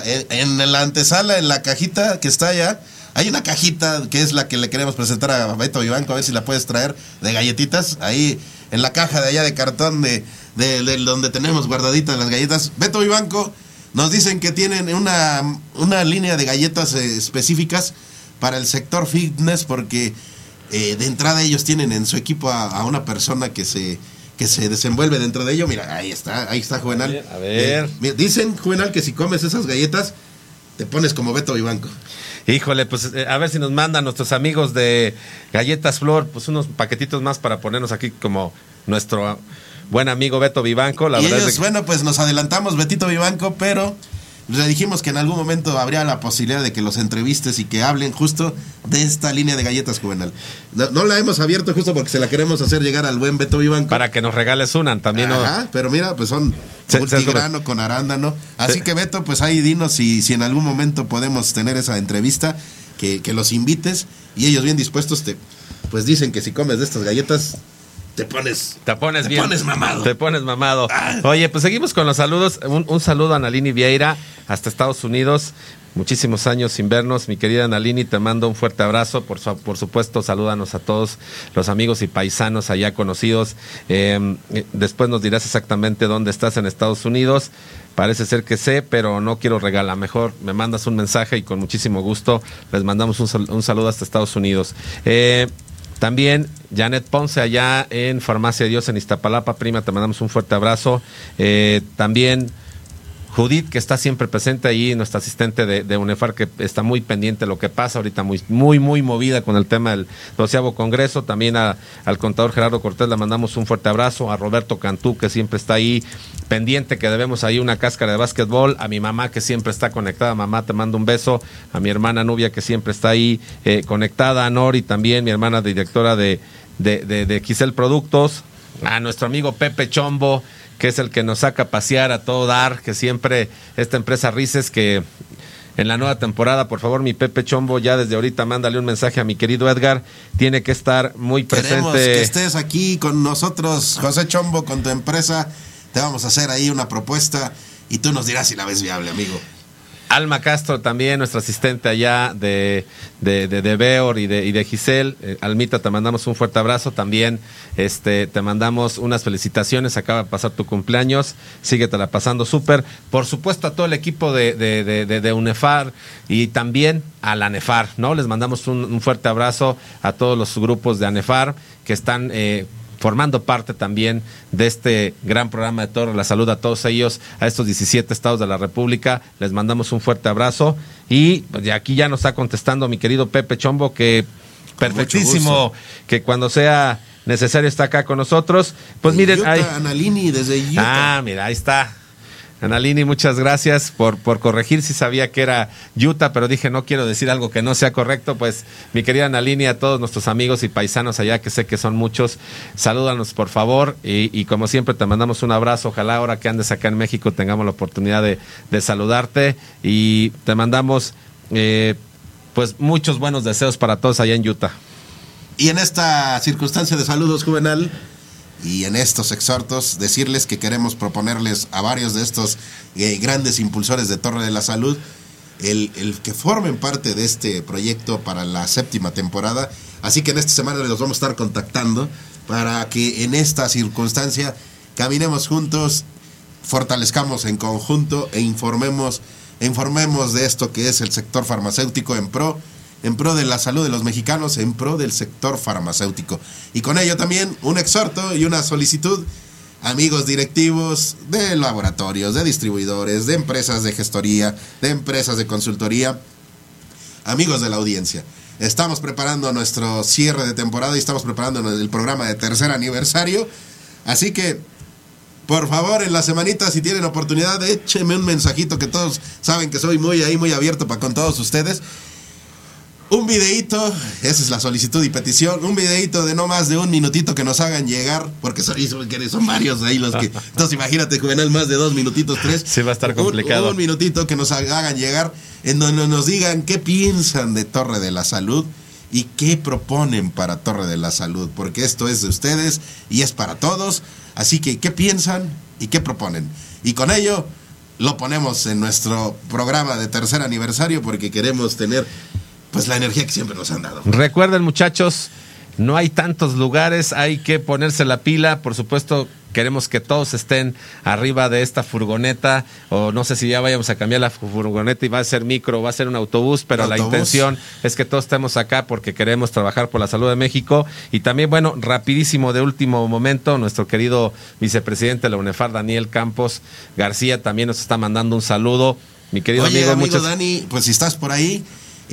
la antesala, en la cajita que está allá, hay una cajita que es la que le queremos presentar a Beto Vivanco, a ver si la puedes traer, de galletitas, ahí en la caja de allá de cartón de donde tenemos guardaditas las galletas. Beto Vivanco, nos dicen que tienen una línea de galletas específicas para el sector fitness porque de entrada ellos tienen en su equipo a una persona que se desenvuelve dentro de ello. Mira, ahí está Juvenal. A ver. Dicen, Juvenal, que si comes esas galletas te pones como Beto Vivanco. Híjole, pues a ver si nos mandan nuestros amigos de Galletas Flor, pues unos paquetitos más para ponernos aquí como nuestro buen amigo Beto Vivanco. La verdad ellos, es que... bueno, pues nos adelantamos, Betito Vivanco, pero le dijimos que en algún momento habría la posibilidad de que los entrevistes y que hablen justo de esta línea de galletas, Juvenal. No la hemos abierto justo porque se la queremos hacer llegar al buen Beto Vivanco. Para que nos regales una también. Ajá, pero mira, pues son multigrano con arándano. Así que Beto, pues ahí dinos si en algún momento podemos tener esa entrevista, que los invites y ellos bien dispuestos pues dicen que si comes de estas galletas te pones mamado. Te pones mamado. Oye, pues seguimos con los saludos. Un saludo a Analini Vieira, hasta Estados Unidos. Muchísimos años sin vernos, mi querida Analini, te mando un fuerte abrazo. Por supuesto, salúdanos a todos los amigos y paisanos allá conocidos. Después nos dirás exactamente dónde estás en Estados Unidos. Parece ser que sé, pero no quiero regalar. Mejor me mandas un mensaje y con muchísimo gusto les mandamos un saludo hasta Estados Unidos. También Janet Ponce allá en Farmacia Dios en Iztapalapa, prima, te mandamos un fuerte abrazo. También Judith, que está siempre presente ahí, nuestra asistente de UNEFAR, que está muy pendiente de lo que pasa ahorita, muy movida con el tema del 12º Congreso. También al contador Gerardo Cortés le mandamos un fuerte abrazo, a Roberto Cantú, que siempre está ahí pendiente, que debemos ahí una cáscara de básquetbol, a mi mamá, que siempre está conectada. Mamá, te mando un beso, a mi hermana Nubia, que siempre está ahí conectada, a Nori también, mi hermana directora de XL Productos, a nuestro amigo Pepe Chombo, que es el que nos saca a pasear a todo dar, que siempre esta empresa Rices, que en la nueva temporada, por favor, mi Pepe Chombo, ya desde ahorita mándale un mensaje a mi querido Edgar, tiene que estar muy presente. Queremos que estés aquí con nosotros, José Chombo, con tu empresa, te vamos a hacer ahí una propuesta y tú nos dirás si la ves viable, amigo. Alma Castro también, nuestra asistente allá de Beor y de Giselle. Almita, te mandamos un fuerte abrazo. También te mandamos unas felicitaciones. Acaba de pasar tu cumpleaños. Síguetela pasando súper. Por supuesto, a todo el equipo de UNEFAR y también a la ANEFAR, ¿no? Les mandamos un fuerte abrazo a todos los grupos de ANEFAR que están formando parte también de este gran programa de Torre de la Salud. A todos ellos, a estos 17 estados de la República, les mandamos un fuerte abrazo. Y pues, aquí ya nos está contestando mi querido Pepe Chombo, que perfectísimo, que cuando sea necesario está acá con nosotros. Pues miren, Utah, Analini desde Utah. Mira, ahí está. Analini, muchas gracias por corregir. Sí sabía que era Utah, pero dije, no quiero decir algo que no sea correcto. Pues, mi querida Analini, a todos nuestros amigos y paisanos allá, que sé que son muchos, salúdanos, por favor. Y como siempre, te mandamos un abrazo. Ojalá ahora que andes acá en México tengamos la oportunidad de saludarte. Y te mandamos, pues, muchos buenos deseos para todos allá en Utah. Y en esta circunstancia de saludos, Juvenal, y en estos exhortos, decirles que queremos proponerles a varios de estos grandes impulsores de Torre de la Salud el que formen parte de este proyecto para la 7ª temporada. Así que en esta semana los vamos a estar contactando para que en esta circunstancia caminemos juntos, fortalezcamos en conjunto e informemos de esto que es el sector farmacéutico en pro de la salud de los mexicanos, en pro del sector farmacéutico. Y con ello también un exhorto y una solicitud, amigos directivos de laboratorios, de distribuidores, de empresas de gestoría, de empresas de consultoría, amigos de la audiencia. Estamos preparando nuestro cierre de temporada y estamos preparando el programa de 3er aniversario. Así que, por favor, en la semanita, si tienen oportunidad, échenme un mensajito, que todos saben que soy muy abierto para con todos ustedes. Un videíto, esa es la solicitud y petición, un videíto de no más de un minutito que nos hagan llegar, porque son varios ahí los que... Entonces imagínate, Juvenal, más de 2 minutitos, 3. Sí, va a estar complicado. Un minutito que nos hagan llegar, en donde nos digan qué piensan de Torre de la Salud y qué proponen para Torre de la Salud, porque esto es de ustedes y es para todos. Así que, ¿qué piensan y qué proponen? Y con ello lo ponemos en nuestro programa de 3er aniversario, porque queremos tener pues la energía que siempre nos han dado. Recuerden, muchachos, no hay tantos lugares, hay que ponerse la pila. Por supuesto, queremos que todos estén arriba de esta furgoneta, o no sé si ya vayamos a cambiar la furgoneta y va a ser micro o va a ser un autobús, pero la intención es que todos estemos acá porque queremos trabajar por la salud de México. Y también, bueno, rapidísimo, de último momento, nuestro querido vicepresidente de la UNEFAR, Daniel Campos García, también nos está mandando un saludo. Mi querido amigo Dani, pues si estás por ahí,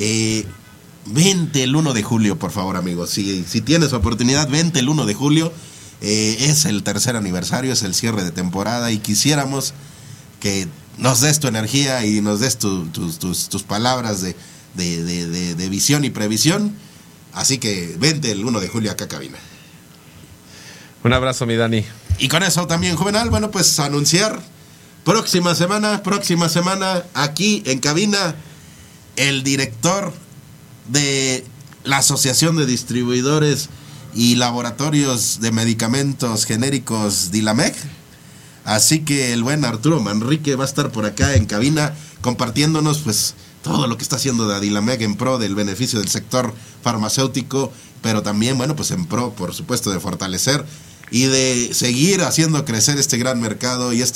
vente el 1 de julio, por favor, amigos. Si tienes oportunidad, vente el 1 de julio. Es el 3er aniversario, es el cierre de temporada y quisiéramos que nos des tu energía y nos des tus palabras de visión y previsión. Así que vente el 1 de julio acá a cabina. Un abrazo, mi Dani. Y con eso también, Juvenal, bueno, pues anunciar próxima semana, aquí en cabina, el director de la Asociación de Distribuidores y Laboratorios de Medicamentos Genéricos Dilameg. Así que el buen Arturo Manrique va a estar por acá en cabina compartiéndonos pues todo lo que está haciendo de Dilameg en pro del beneficio del sector farmacéutico, pero también, bueno, pues en pro, por supuesto, de fortalecer y de seguir haciendo crecer este gran mercado y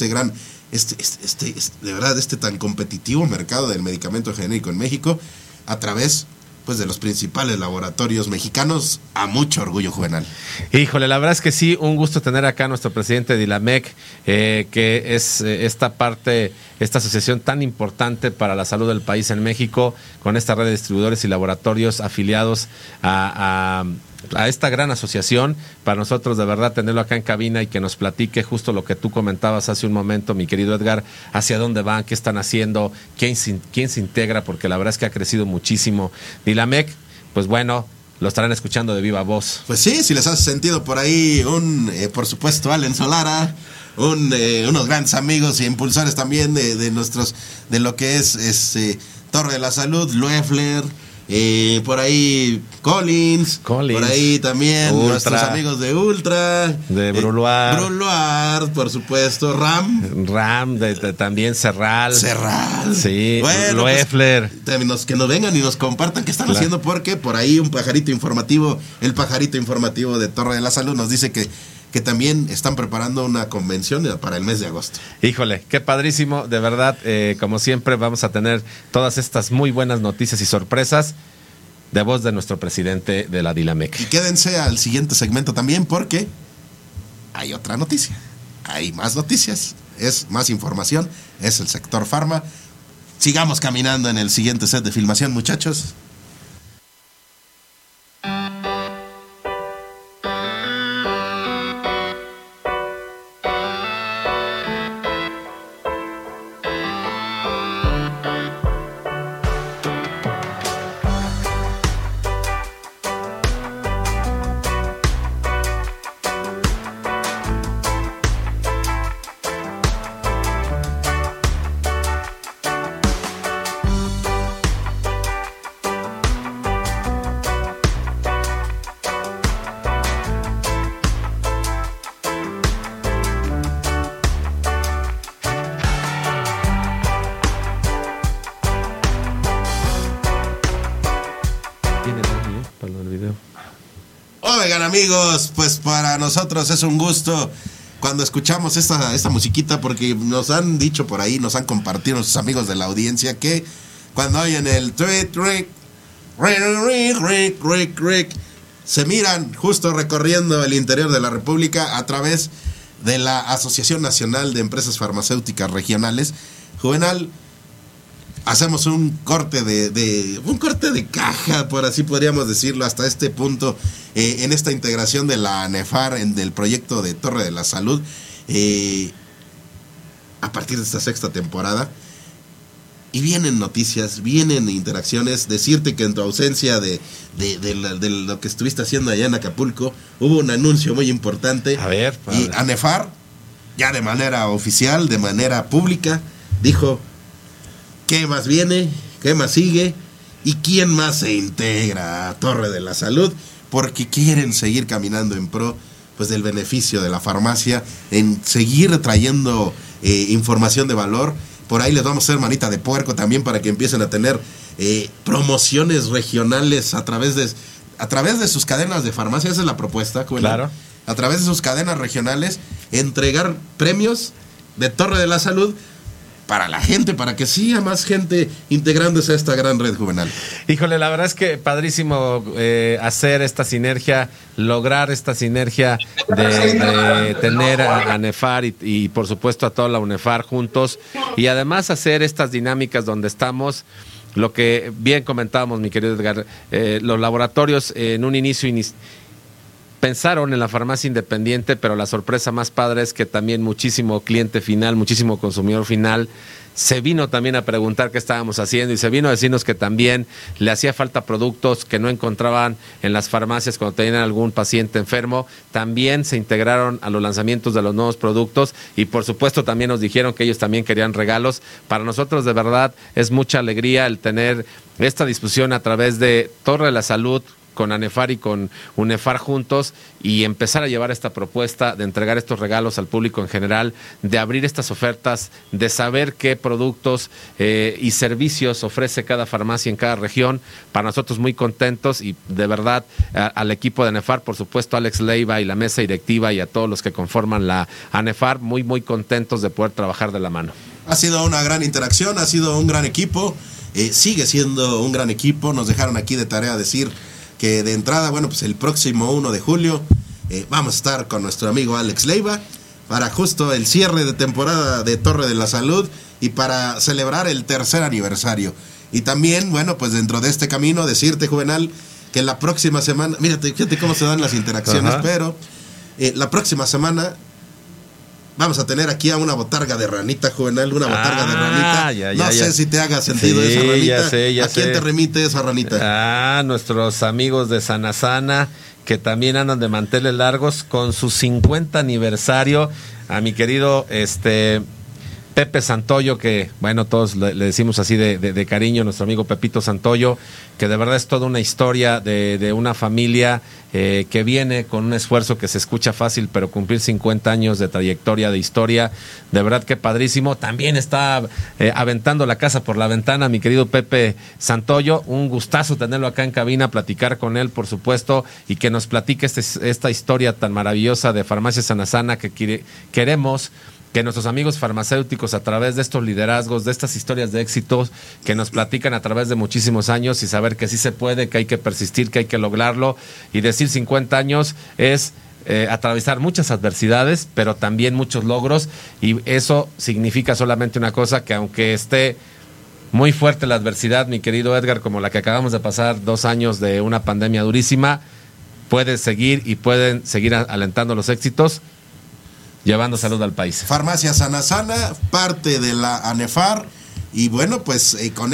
de verdad, este tan competitivo mercado del medicamento genérico en México, a través pues de los principales laboratorios mexicanos, a mucho orgullo, Juvenal. Híjole, la verdad es que sí, un gusto tener acá a nuestro presidente de ILAMEC, que es esta asociación tan importante para la salud del país en México, con esta red de distribuidores y laboratorios afiliados a esta gran asociación. Para nosotros, de verdad, tenerlo acá en cabina y que nos platique justo lo que tú comentabas hace un momento, mi querido Edgar, hacia dónde van, qué están haciendo, quién se integra, porque la verdad es que ha crecido muchísimo. ILAMEC, pues bueno, lo estarán escuchando de viva voz. Pues sí, si les hace sentido por ahí, por supuesto, Allen Solara, unos grandes amigos e impulsores también de lo que es Torre de la Salud, Loeffler, por ahí Collins, por ahí también Ultra, nuestros amigos de Ultra, de Bruluard, por supuesto, Ram, también Serral, sí, bueno, Loeffler, pues, que nos vengan y nos compartan qué están haciendo, porque por ahí el pajarito informativo de Torre de la Salud nos dice que también están preparando una convención para el mes de agosto. Híjole, qué padrísimo, de verdad, como siempre vamos a tener todas estas muy buenas noticias y sorpresas de voz de nuestro presidente de la ILAMEC. Y quédense al siguiente segmento también, porque hay otra noticia, hay más noticias, es más información, es el sector farma. Sigamos caminando en el siguiente set de filmación, muchachos. Oigan, amigos, pues para nosotros es un gusto cuando escuchamos esta musiquita, porque nos han dicho por ahí, nos han compartido nuestros amigos de la audiencia que cuando oyen el se miran justo recorriendo el interior de la República a través de la Asociación Nacional de Empresas Farmacéuticas Regionales. Juvenal, hacemos un corte de caja, por así podríamos decirlo, hasta este punto, en esta integración de la ANEFAR del proyecto de Torre de la Salud, a partir de esta sexta temporada. Y vienen noticias, vienen interacciones. Decirte que en tu ausencia de lo que estuviste haciendo allá en Acapulco, hubo un anuncio muy importante. A ver, y ANEFAR, ya de manera oficial, de manera pública, dijo: ¿qué más viene? ¿Qué más sigue? ¿Y quién más se integra a Torre de la Salud? Porque quieren seguir caminando en pro, pues, del beneficio de la farmacia, en seguir trayendo información de valor. Por ahí les vamos a hacer manita de puerco también para que empiecen a tener promociones regionales a través de sus cadenas de farmacia. Esa es la propuesta, claro. A través de sus cadenas regionales, entregar premios de Torre de la Salud para la gente, para que siga más gente integrándose a esta gran red, Juvenal. Híjole, la verdad es que padrísimo hacer esta sinergia, lograr esta sinergia de tener a ANEFAR y por supuesto a toda la UNEFAR juntos, y además hacer estas dinámicas donde estamos. Lo que bien comentábamos, mi querido Edgar, los laboratorios en un inicio pensaron en la farmacia independiente, pero la sorpresa más padre es que también muchísimo cliente final, muchísimo consumidor final se vino también a preguntar qué estábamos haciendo y se vino a decirnos que también le hacía falta productos que no encontraban en las farmacias cuando tenían algún paciente enfermo. También se integraron a los lanzamientos de los nuevos productos y por supuesto también nos dijeron que ellos también querían regalos. Para nosotros de verdad es mucha alegría el tener esta discusión a través de Torre de la Salud, con ANEFAR y con UNEFAR juntos, y empezar a llevar esta propuesta de entregar estos regalos al público en general, de abrir estas ofertas, de saber qué productos y servicios ofrece cada farmacia en cada región. Para nosotros muy contentos y de verdad al equipo de ANEFAR, por supuesto a Alex Leiva y la mesa directiva y a todos los que conforman la ANEFAR, muy muy contentos de poder trabajar de la mano. Ha sido una gran interacción, ha sido un gran equipo. sigue siendo un gran equipo. Nos dejaron aquí de tarea decir que de entrada, bueno, pues el próximo 1 de julio vamos a estar con nuestro amigo Alex Leiva para justo el cierre de temporada de Torre de la Salud y para celebrar el 3er aniversario. Y también, bueno, pues dentro de este camino decirte, Juvenal, que la próxima semana, fíjate cómo se dan las interacciones, pero la próxima semana vamos a tener aquí a una botarga de ranita, Juvenal, una botarga de ranita. No sé si te haga sentido esa ranita. ¿A quién te remite esa ranita? Nuestros amigos de Sana Sana, que también andan de manteles largos con su 50 aniversario. A mi querido Pepe Santoyo, que bueno, todos le decimos así de cariño, nuestro amigo Pepito Santoyo, que de verdad es toda una historia de una familia que viene con un esfuerzo que se escucha fácil, pero cumplir 50 años de trayectoria, de historia, de verdad que padrísimo. También está aventando la casa por la ventana mi querido Pepe Santoyo, un gustazo tenerlo acá en cabina, platicar con él, por supuesto, y que nos platique esta historia tan maravillosa de Farmacia Sana Sana, que queremos que nuestros amigos farmacéuticos, a través de estos liderazgos, de estas historias de éxitos que nos platican a través de muchísimos años, y saber que sí se puede, que hay que persistir, que hay que lograrlo, y decir 50 años es atravesar muchas adversidades, pero también muchos logros, y eso significa solamente una cosa, que aunque esté muy fuerte la adversidad, mi querido Edgar, como la que acabamos de pasar, 2 años de una pandemia durísima, pueden seguir alentando los éxitos, llevando salud al país. Farmacia Sana Sana, parte de la ANEFAR, y bueno, pues con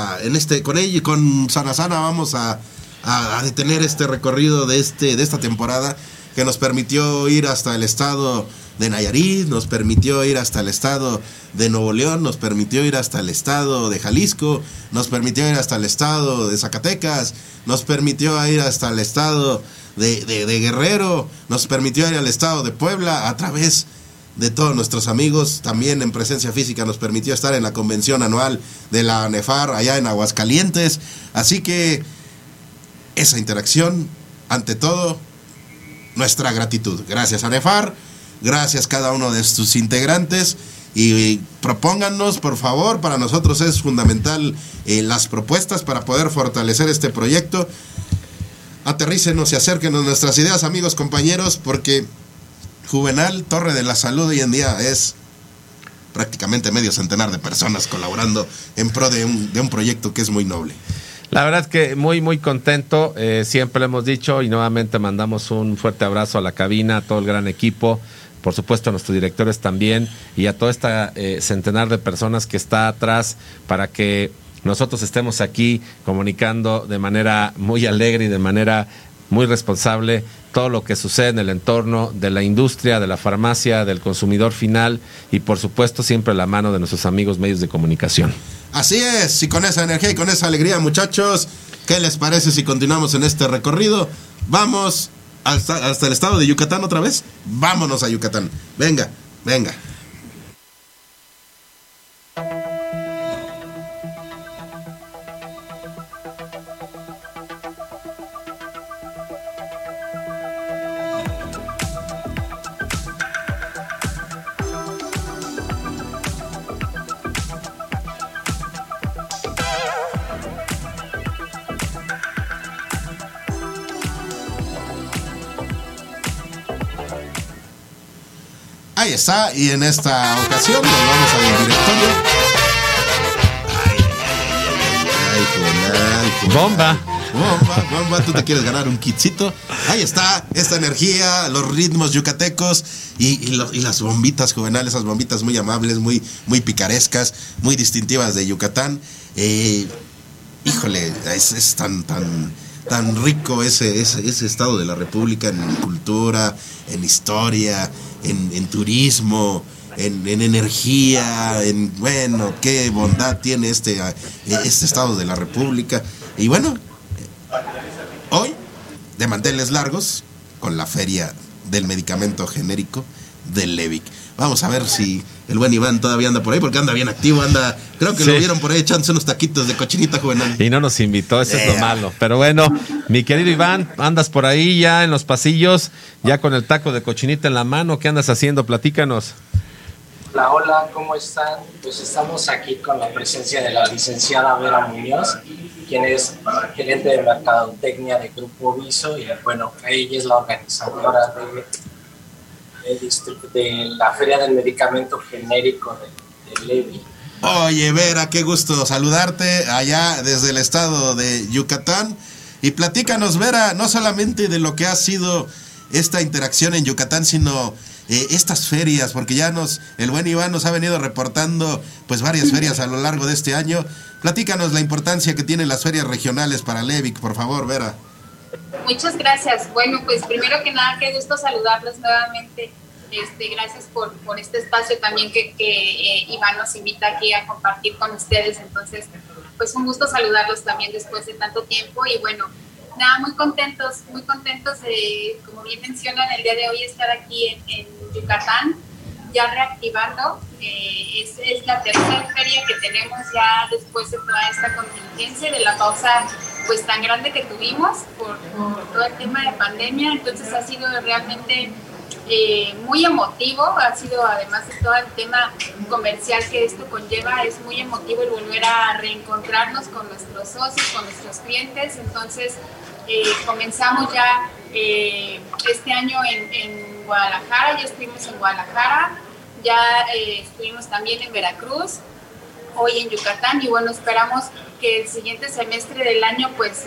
Sana Sana vamos a detener este recorrido de esta temporada, que nos permitió ir hasta el estado de Nayarit, nos permitió ir hasta el estado de Nuevo León, nos permitió ir hasta el estado de Jalisco, nos permitió ir hasta el estado de Zacatecas, nos permitió ir hasta el estado de Guerrero, nos permitió ir al estado de Puebla, a través de todos nuestros amigos. También en presencia física nos permitió estar en la convención anual de la ANEFAR allá en Aguascalientes. Así que esa interacción, ante todo, nuestra gratitud. Gracias, ANEFAR, gracias cada uno de sus integrantes, y propónganos, por favor. Para nosotros es fundamental las propuestas para poder fortalecer este proyecto. Aterrícenos y acérquenos nuestras ideas, amigos, compañeros, porque Juvenal, Torre de la Salud hoy en día es prácticamente medio centenar de personas colaborando en pro de un proyecto que es muy noble. La verdad es que muy, muy contento, siempre lo hemos dicho, y nuevamente mandamos un fuerte abrazo a la cabina, a todo el gran equipo, por supuesto a nuestros directores también, y a toda esta centenar de personas que está atrás para que nosotros estemos aquí comunicando de manera muy alegre y de manera muy responsable todo lo que sucede en el entorno de la industria, de la farmacia, del consumidor final, y por supuesto siempre a la mano de nuestros amigos medios de comunicación. Así es, y con esa energía y con esa alegría, muchachos, ¿qué les parece si continuamos en este recorrido? Vamos hasta el estado de Yucatán otra vez. Vámonos a Yucatán. Venga. Ahí está, y en esta ocasión nos vamos al directorio. Ay, Bomba, tú te quieres ganar un kitcito. Ahí está, esta energía, los ritmos yucatecos y las bombitas, Juvenal, esas bombitas muy amables, muy, muy picarescas, muy distintivas de Yucatán. Híjole, es tan rico ese estado de la República en cultura, en historia, en turismo, en energía, bueno, qué bondad tiene este estado de la República. Y bueno, hoy, de manteles largos, con la feria del medicamento genérico del Levic. Vamos a ver si el buen Iván todavía anda por ahí, porque anda bien activo, creo que sí. Lo vieron por ahí echándose unos taquitos de cochinita, Juvenal. Y no nos invitó, eso es lo malo. Pero bueno, mi querido Iván, andas por ahí ya en los pasillos, ya con el taco de cochinita en la mano. ¿Qué andas haciendo? Platícanos. Hola, hola, ¿cómo están? Pues estamos aquí con la presencia de la licenciada Vera Muñoz, quien es gerente de mercadotecnia de Grupo Viso, y bueno, ella es la organizadora de la Feria del Medicamento Genérico de Levi. Oye, Vera, qué gusto saludarte allá desde el estado de Yucatán. Y platícanos, Vera, no solamente de lo que ha sido esta interacción en Yucatán, sino estas ferias, porque ya el buen Iván nos ha venido reportando pues varias ferias a lo largo de este año. Platícanos la importancia que tienen las ferias regionales para Levic, por favor, Vera. Muchas gracias. Bueno, pues primero que nada, qué gusto saludarlos nuevamente. Gracias por este espacio también que Iván nos invita aquí a compartir con ustedes. Entonces, pues un gusto saludarlos también después de tanto tiempo. Y bueno, nada, muy contentos de, como bien mencionan, el día de hoy estar aquí en Yucatán, ya reactivando. Es la tercera feria que tenemos ya después de toda esta contingencia, de la pausa pues tan grande que tuvimos por todo el tema de pandemia. Entonces ha sido realmente muy emotivo, ha sido, además de todo el tema comercial que esto conlleva, es muy emotivo el volver a reencontrarnos con nuestros socios, con nuestros clientes. Entonces comenzamos ya este año en Guadalajara, ya estuvimos en Guadalajara, ya estuvimos también en Veracruz, hoy en Yucatán, y bueno, esperamos que el siguiente semestre del año pues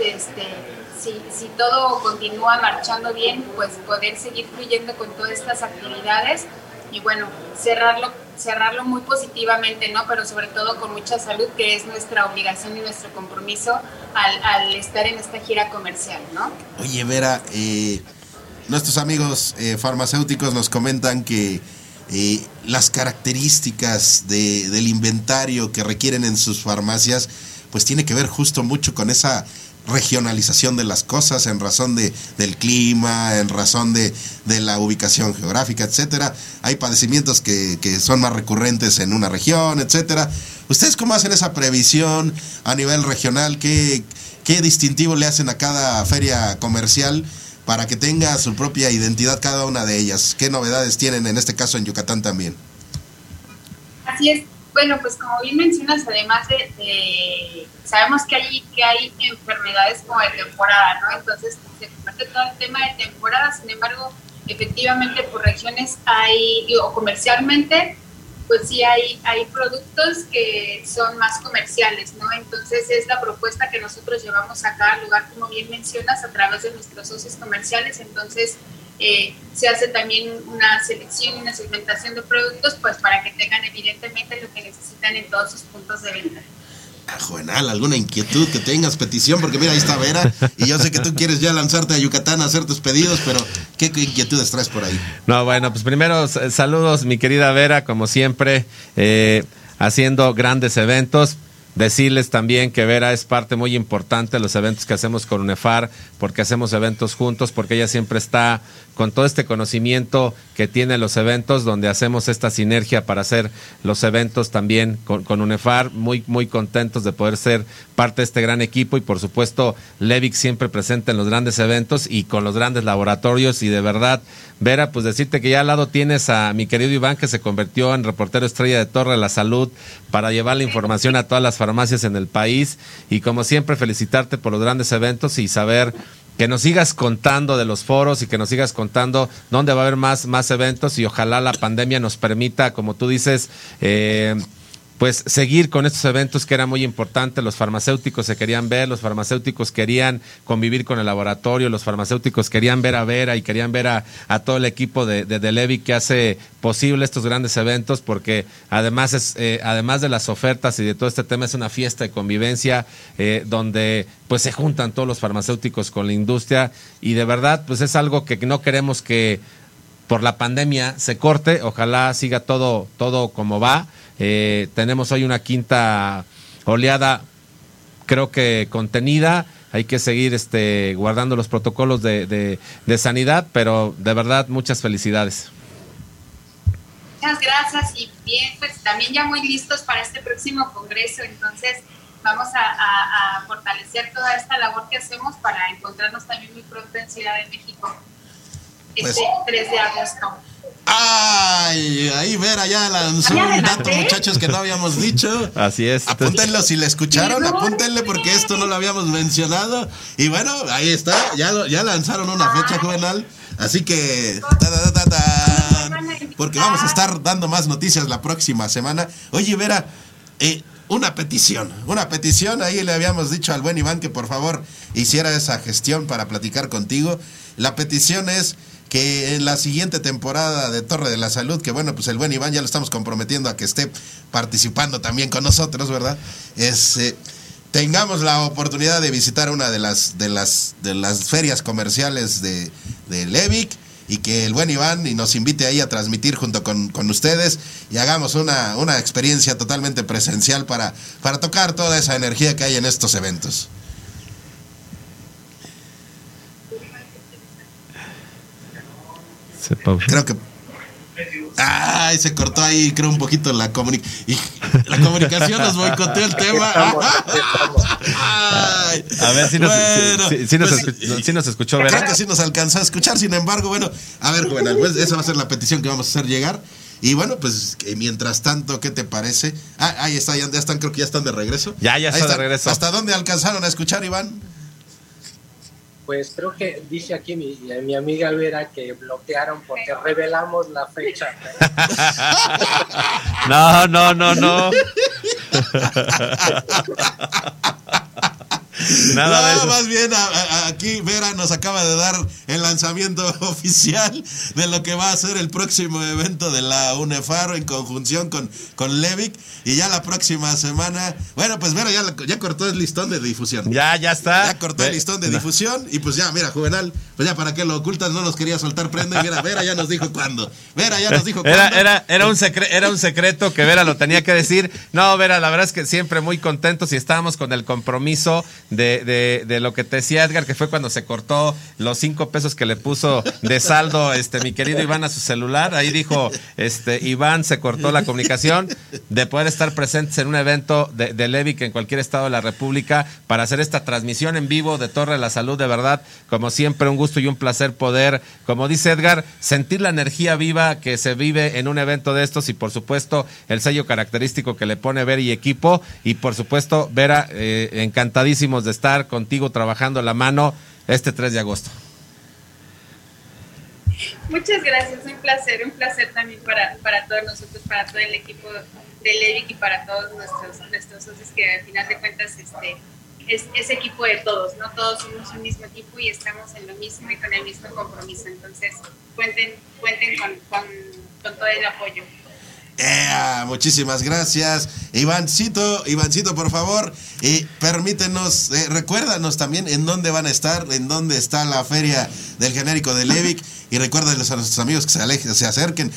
si todo continúa marchando bien, pues poder seguir fluyendo con todas estas actividades y bueno, cerrarlo muy positivamente, ¿no? Pero sobre todo con mucha salud, que es nuestra obligación y nuestro compromiso al estar en esta gira comercial, ¿no? Oye, Vera, nuestros amigos farmacéuticos nos comentan que las características del inventario que requieren en sus farmacias, pues tiene que ver justo mucho con esa regionalización de las cosas en razón del clima, en razón de la ubicación geográfica, etcétera. Hay padecimientos que son más recurrentes en una región, etcétera. ¿Ustedes cómo hacen esa previsión a nivel regional? ¿Qué distintivo le hacen a cada feria comercial para que tenga su propia identidad cada una de ellas? ¿Qué novedades tienen en este caso en Yucatán también? Así es. Bueno, pues como bien mencionas, además sabemos que hay enfermedades como de temporada, ¿no? Entonces se comparte todo el tema de temporada. Sin embargo, efectivamente por regiones o comercialmente, pues sí hay productos que son más comerciales, ¿no? Entonces es la propuesta que nosotros llevamos a cada lugar, como bien mencionas, a través de nuestros socios comerciales. Entonces se hace también una selección y una segmentación de productos, pues para que tengan evidentemente lo que necesitan en todos sus puntos de venta. Juvenal, ¿alguna inquietud que tengas, petición? Porque mira, ahí está Vera, y yo sé que tú quieres ya lanzarte a Yucatán a hacer tus pedidos, pero ¿qué inquietudes traes por ahí? No, bueno, pues primero saludos, mi querida Vera, como siempre, haciendo grandes eventos. Decirles también que Vera es parte muy importante de los eventos que hacemos con UNEFAR, porque hacemos eventos juntos, porque ella siempre está con todo este conocimiento que tiene los eventos, donde hacemos esta sinergia para hacer los eventos también con UNEFAR, muy, muy contentos de poder ser parte de este gran equipo y por supuesto Levic siempre presente en los grandes eventos y con los grandes laboratorios. Y de verdad, Vera, pues decirte que ya al lado tienes a mi querido Iván, que se convirtió en reportero estrella de Torre de la Salud para llevar la información a todas las farmacias en el país, y como siempre felicitarte por los grandes eventos y saber que nos sigas contando de los foros y que nos sigas contando dónde va a haber más eventos, y ojalá la pandemia nos permita, como tú dices, pues seguir con estos eventos que eran muy importantes. Los farmacéuticos se querían ver, los farmacéuticos querían convivir con el laboratorio, los farmacéuticos querían ver a Vera y querían ver a todo el equipo de Levi que hace posible estos grandes eventos, porque además además de las ofertas y de todo este tema, es una fiesta de convivencia donde pues se juntan todos los farmacéuticos con la industria, y de verdad pues es algo que no queremos que por la pandemia se corte. Ojalá siga todo como va. Tenemos hoy una quinta oleada, creo que contenida. Hay que seguir guardando los protocolos de sanidad, pero de verdad muchas felicidades. Muchas gracias, y bien, pues también ya muy listos para este próximo congreso. Entonces vamos a fortalecer toda esta labor que hacemos para encontrarnos también muy pronto en Ciudad de México, 3 de agosto. ¡Ay! Ahí Vera ya lanzó un dato, muchachos, que no habíamos dicho. Así es. Apúntenlo si le escucharon, apúntenle porque esto no lo habíamos mencionado. Y bueno, ahí está, ya lanzaron una fecha, Juvenal. Así que... porque vamos a estar dando más noticias la próxima semana. Oye, Vera, una petición, ahí le habíamos dicho al buen Iván que por favor hiciera esa gestión para platicar contigo. La petición es que en la siguiente temporada de Torre de la Salud, que bueno, pues el buen Iván ya lo estamos comprometiendo a que esté participando también con nosotros, ¿verdad? Tengamos la oportunidad de visitar una de las ferias comerciales de Levic, y que el buen Iván nos invite ahí a transmitir junto con ustedes y hagamos una experiencia totalmente presencial para tocar toda esa energía que hay en estos eventos. Creo que... ¡Ay! Se cortó ahí, creo, un poquito la comunicación, nos boicoteó el tema. Ay. A ver si nos escuchó, ¿verdad? Creo que sí nos alcanzó a escuchar, sin embargo, bueno, a ver, Juvenal, pues esa va a ser la petición que vamos a hacer llegar. Y bueno, pues mientras tanto, ¿qué te parece? Ahí está, ya están, creo que ya están de regreso. Ya está de regreso. ¿Hasta dónde alcanzaron a escuchar, Iván? Pues creo que dice aquí mi amiga Vera que bloquearon porque revelamos la fecha. No. Nada de eso. Más bien aquí Vera nos acaba de dar el lanzamiento oficial de lo que va a ser el próximo evento de la UNEFARO en conjunción con Levic, y ya la próxima semana, bueno, pues Vera ya cortó el listón de difusión. Ya está. Ya cortó el listón de difusión y pues ya, mira, Juvenal, pues ya para qué lo ocultas, no nos quería soltar prenda y mira, Vera ya nos dijo cuándo. Era un secreto que Vera lo tenía que decir. No, Vera, la verdad es que siempre muy contentos y estábamos con el compromiso de lo que te decía Edgar, que fue cuando se cortó los 5 pesos que le puso de saldo mi querido Iván a su celular. Ahí dijo Iván, se cortó la comunicación de poder estar presentes en un evento de Levic en cualquier estado de la República para hacer esta transmisión en vivo de Torre de la Salud. De verdad, como siempre, un gusto y un placer poder, como dice Edgar, sentir la energía viva que se vive en un evento de estos, y por supuesto el sello característico que le pone Vera y equipo. Y por supuesto, Vera, encantadísimos de estar contigo trabajando la mano este 3 de agosto. Muchas gracias, un placer también para todos nosotros, para todo el equipo de Levic y para todos nuestros socios, que al final de cuentas es equipo de todos, ¿no? Todos somos un mismo equipo y estamos en lo mismo y con el mismo compromiso. Entonces, cuenten con todo el apoyo. Muchísimas gracias, Ivancito, por favor, permítenos, recuérdanos también en dónde van a estar, en dónde está la feria del genérico de Levic, y recuérdenles a nuestros amigos que se acerquen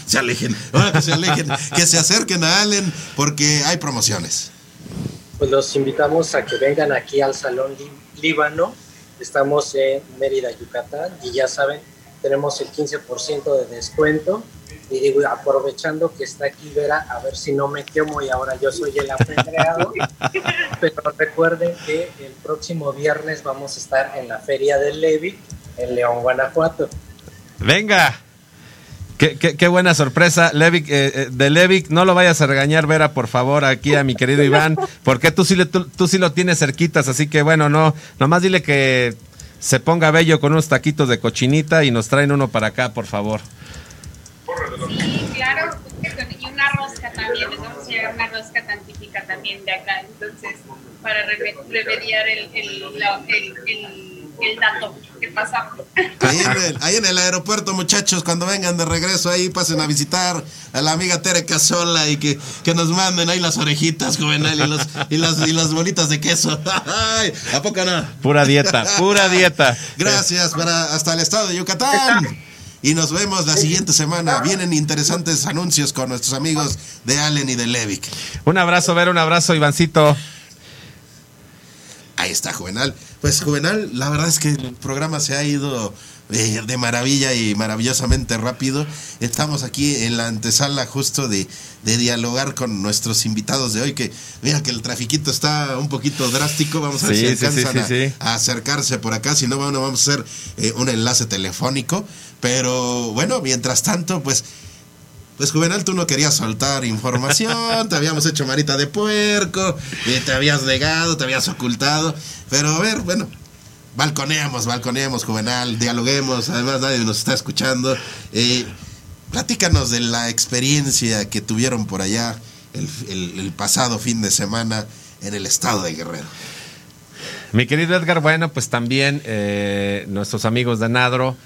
a Allen, porque hay promociones. Pues los invitamos a que vengan aquí al Salón Líbano. Estamos en Mérida, Yucatán, y ya saben, tenemos el 15% de descuento. Y digo, aprovechando que está aquí Vera, a ver si no me quemo y ahora yo soy el apedreado. Pero recuerden que el próximo viernes vamos a estar en la Feria del Levic en León, Guanajuato. ¡Venga! Qué buena sorpresa, Levic, de Levic. No lo vayas a regañar, Vera, por favor, aquí a mi querido Iván, porque tú sí lo tienes cerquitas, así que bueno, nomás dile que se ponga bello con unos taquitos de cochinita y nos traen uno para acá, por favor. Sí, claro, y una rosca también, les vamos a llevar una rosca tan típica también de acá, entonces, para remediar el dato que pasamos. Ahí en el aeropuerto, muchachos, cuando vengan de regreso ahí, pasen a visitar a la amiga Tere Casola y que nos manden ahí las orejitas, Juvenal, y las bolitas de queso. Ay, ¿a poco no? Pura dieta. Gracias, hasta el estado de Yucatán. Y nos vemos la siguiente semana. Vienen interesantes anuncios con nuestros amigos de Allen y de Levic. Un abrazo, Vera, un abrazo, Ivancito. Ahí está, Juvenal. Pues, Juvenal, la verdad es que el programa se ha ido de maravilla y maravillosamente rápido. Estamos aquí en la antesala justo de dialogar con nuestros invitados de hoy, que mira que el trafiquito está un poquito drástico. Vamos a ver si alcanzan a acercarse por acá, si no, vamos a hacer un enlace telefónico. Pero bueno, mientras tanto, pues pues Juvenal, tú no querías soltar información, te habíamos hecho marita de puerco, te habías negado, te habías ocultado, pero a ver, bueno, balconeamos, Juvenal, dialoguemos, además nadie nos está escuchando. Platícanos de la experiencia que tuvieron por allá el pasado fin de semana en el estado de Guerrero. Mi querido Edgar, bueno, pues también nuestros amigos de Nadro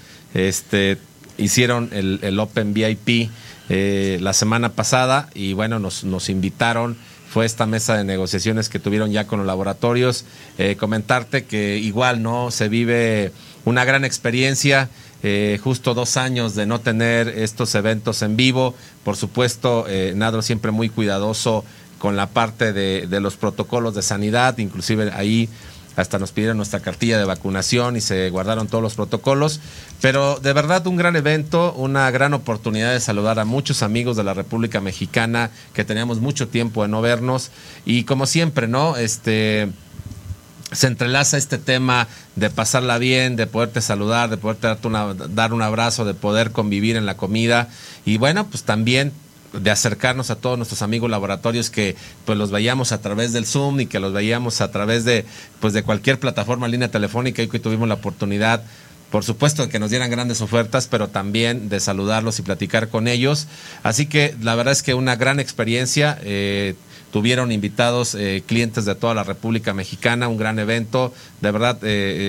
hicieron el Open VIP la semana pasada y bueno, nos invitaron. Fue esta mesa de negociaciones que tuvieron ya con los laboratorios. Comentarte que igual, ¿no? Se vive una gran experiencia, justo 2 años de no tener estos eventos en vivo. Por supuesto, Nadro siempre muy cuidadoso con la parte de los protocolos de sanidad, inclusive ahí hasta nos pidieron nuestra cartilla de vacunación y se guardaron todos los protocolos, pero de verdad un gran evento, una gran oportunidad de saludar a muchos amigos de la República Mexicana que teníamos mucho tiempo de no vernos y como siempre, ¿no? Se entrelaza este tema de pasarla bien, de poderte saludar, de poderte dar un abrazo, de poder convivir en la comida y bueno, pues también de acercarnos a todos nuestros amigos laboratorios que pues los veíamos a través del Zoom y que los veíamos a través de cualquier plataforma en línea telefónica y que tuvimos la oportunidad, por supuesto, de que nos dieran grandes ofertas, pero también de saludarlos y platicar con ellos. Así que la verdad es que una gran experiencia. Tuvieron invitados clientes de toda la República Mexicana, un gran evento. De verdad,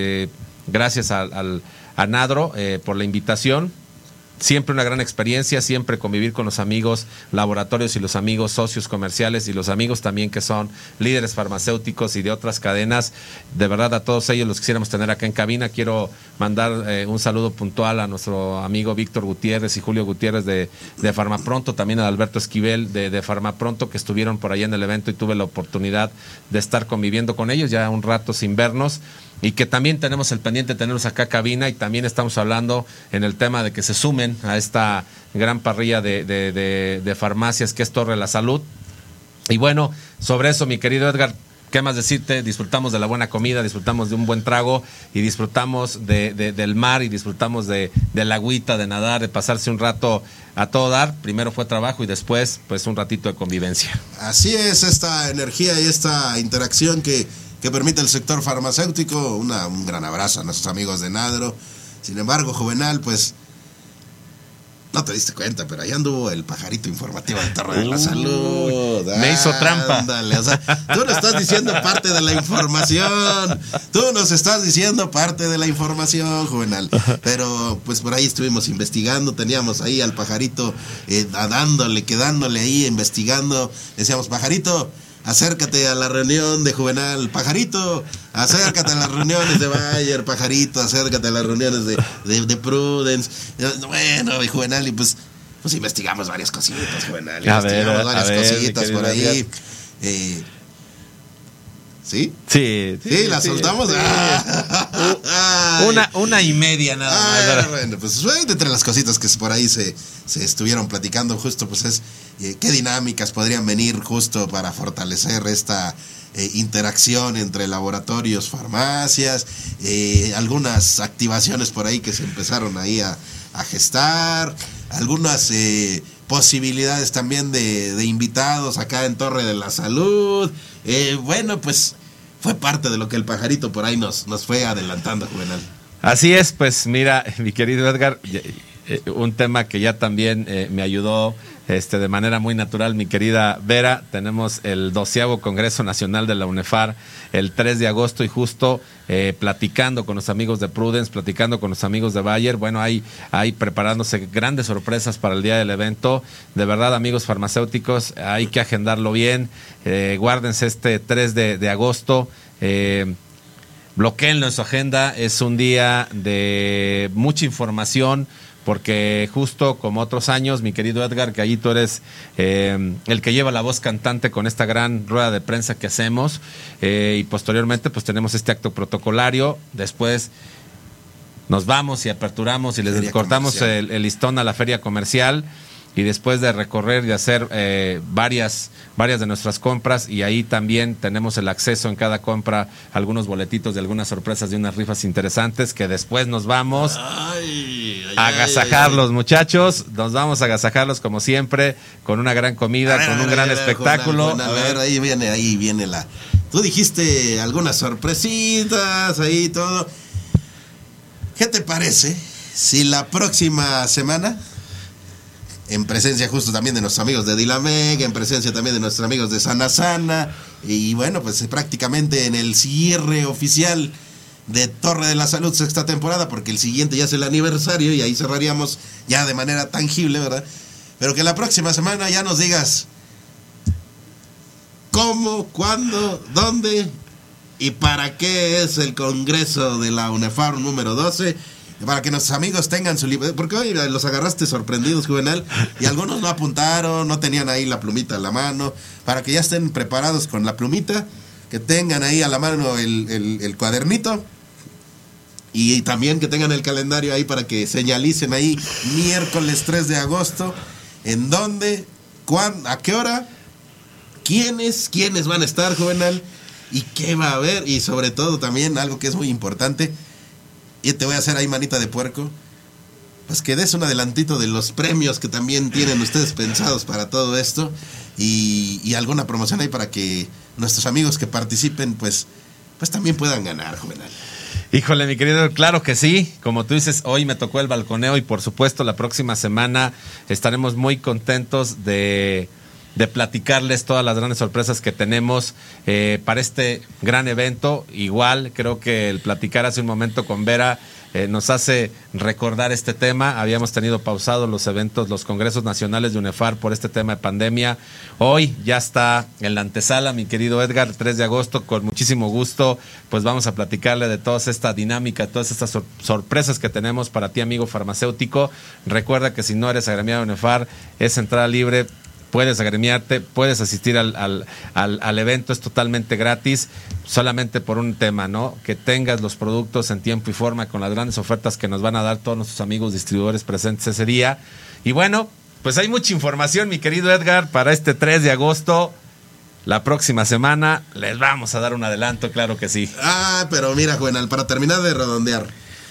gracias a Nadro por la invitación. Siempre una gran experiencia, siempre convivir con los amigos laboratorios y los amigos socios comerciales y los amigos también que son líderes farmacéuticos y de otras cadenas. De verdad, a todos ellos los quisiéramos tener acá en cabina. Quiero mandar un saludo puntual a nuestro amigo Víctor Gutiérrez y Julio Gutiérrez de Farmapronto, también a Alberto Esquivel de Farmapronto, que estuvieron por allá en el evento y tuve la oportunidad de estar conviviendo con ellos ya un rato sin vernos. Y que también tenemos el pendiente de tenerlos acá cabina y también estamos hablando en el tema de que se sumen a esta gran parrilla de farmacias que es Torre La Salud. Y bueno, sobre eso, mi querido Edgar, ¿qué más decirte? Disfrutamos de la buena comida, disfrutamos de un buen trago y disfrutamos del mar y disfrutamos de la agüita, de nadar, de pasarse un rato a todo dar. Primero fue trabajo y después pues un ratito de convivencia. Así es, esta energía y esta interacción que permite el sector farmacéutico. Un gran abrazo a nuestros amigos de Nadro. Sin embargo, Juvenal, pues no te diste cuenta, pero ahí anduvo el pajarito informativo de Torre de la Salud. Me hizo trampa. Ándale, o sea, tú nos estás diciendo parte de la información. Tú nos estás diciendo parte de la información, Juvenal. Pero pues por ahí estuvimos investigando, teníamos ahí al pajarito quedándole ahí investigando. Decíamos, pajarito, acércate a la reunión de Juvenal, pajarito, acércate a las reuniones de Bayer, pajarito, acércate a las reuniones de Prudence. Bueno, y Juvenal, y pues investigamos varias cositas, Juvenal, investigamos varias cositas por ahí. ¿Sí? Sí, la soltamos. Sí. Una y media nada más. Bueno, pues entre las cositas que por ahí se estuvieron platicando justo, pues es qué dinámicas podrían venir justo para fortalecer esta interacción entre laboratorios, farmacias, algunas activaciones por ahí que se empezaron ahí a gestar, algunas posibilidades también de invitados acá en Torre de la Salud. Bueno, pues fue parte de lo que el pajarito por ahí nos fue adelantando, Juvenal. Así es, pues mira, mi querido Edgar, un tema que ya también me ayudó de manera muy natural, mi querida Vera. Tenemos el 12º Congreso Nacional de la UNEFAR el 3 de agosto y justo platicando con los amigos de Prudence, platicando con los amigos de Bayer. Bueno, hay preparándose grandes sorpresas para el día del evento. De verdad, amigos farmacéuticos, hay que agendarlo bien. Guárdense este 3 de agosto. Bloquéenlo en su agenda. Es un día de mucha información, porque justo como otros años, mi querido Edgar, que allí tú eres el que lleva la voz cantante con esta gran rueda de prensa que hacemos, y posteriormente pues tenemos este acto protocolario. Después nos vamos y aperturamos y les cortamos el listón a la feria comercial. y después de recorrer y hacer varias de nuestras compras, y ahí también tenemos el acceso en cada compra a algunos boletitos de algunas sorpresas de unas rifas interesantes que después nos vamos a agasajarlos, muchachos. Nos vamos a agasajarlos como siempre, con una gran comida, con un gran espectáculo. A ver, ahí viene la... Tú dijiste algunas sorpresitas, ahí todo. ¿Qué te parece si la próxima semana, en presencia justo también de nuestros amigos de Dilameg, en presencia también de nuestros amigos de Sana Sana, y bueno, pues prácticamente en el cierre oficial de Torre de la Salud sexta temporada, porque el siguiente ya es el aniversario y ahí cerraríamos ya de manera tangible, ¿verdad? Pero que la próxima semana ya nos digas cómo, cuándo, dónde y para qué es el Congreso de la UNEFAR número 12, para que nuestros amigos tengan su libro, porque hoy los agarraste sorprendidos, Juvenal, y algunos no apuntaron, no tenían ahí la plumita a la mano, para que ya estén preparados con la plumita, que tengan ahí a la mano el cuadernito, y también que tengan el calendario ahí para que señalicen ahí miércoles 3 de agosto, en dónde, cuándo, a qué hora, quiénes van a estar, Juvenal, y qué va a haber, y sobre todo también algo que es muy importante, y te voy a hacer ahí manita de puerco, pues que des un adelantito de los premios que también tienen ustedes pensados para todo esto, y alguna promoción ahí para que nuestros amigos que participen pues también puedan ganar, Juvenal. Híjole, mi querido, claro que sí. Como tú dices, hoy me tocó el balconeo y por supuesto la próxima semana estaremos muy contentos de platicarles todas las grandes sorpresas que tenemos para este gran evento. Igual creo que el platicar hace un momento con Vera nos hace recordar este tema. Habíamos tenido pausados los eventos, los congresos nacionales de UNEFAR por este tema de pandemia. Hoy ya está en la antesala, mi querido Edgar, el 3 de agosto, con muchísimo gusto, pues vamos a platicarle de toda esta dinámica, todas estas sorpresas que tenemos para ti, amigo farmacéutico. Recuerda que si no eres agremiado de UNEFAR, es entrada libre. Puedes agremiarte, puedes asistir al evento, es totalmente gratis, solamente por un tema, ¿no? Que tengas los productos en tiempo y forma con las grandes ofertas que nos van a dar todos nuestros amigos distribuidores presentes ese día. Y bueno, pues hay mucha información, mi querido Edgar, para este 3 de agosto. La próxima semana les vamos a dar un adelanto, claro que sí. Pero mira, Juvenal, para terminar de redondear,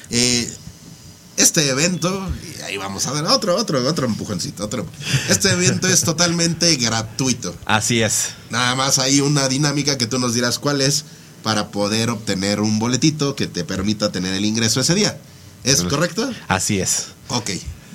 este evento, y ahí vamos a dar otro empujoncito. Este evento es totalmente gratuito. Así es. Nada más hay una dinámica que tú nos dirás cuál es para poder obtener un boletito que te permita tener el ingreso ese día. ¿Es correcto? Así es. Ok.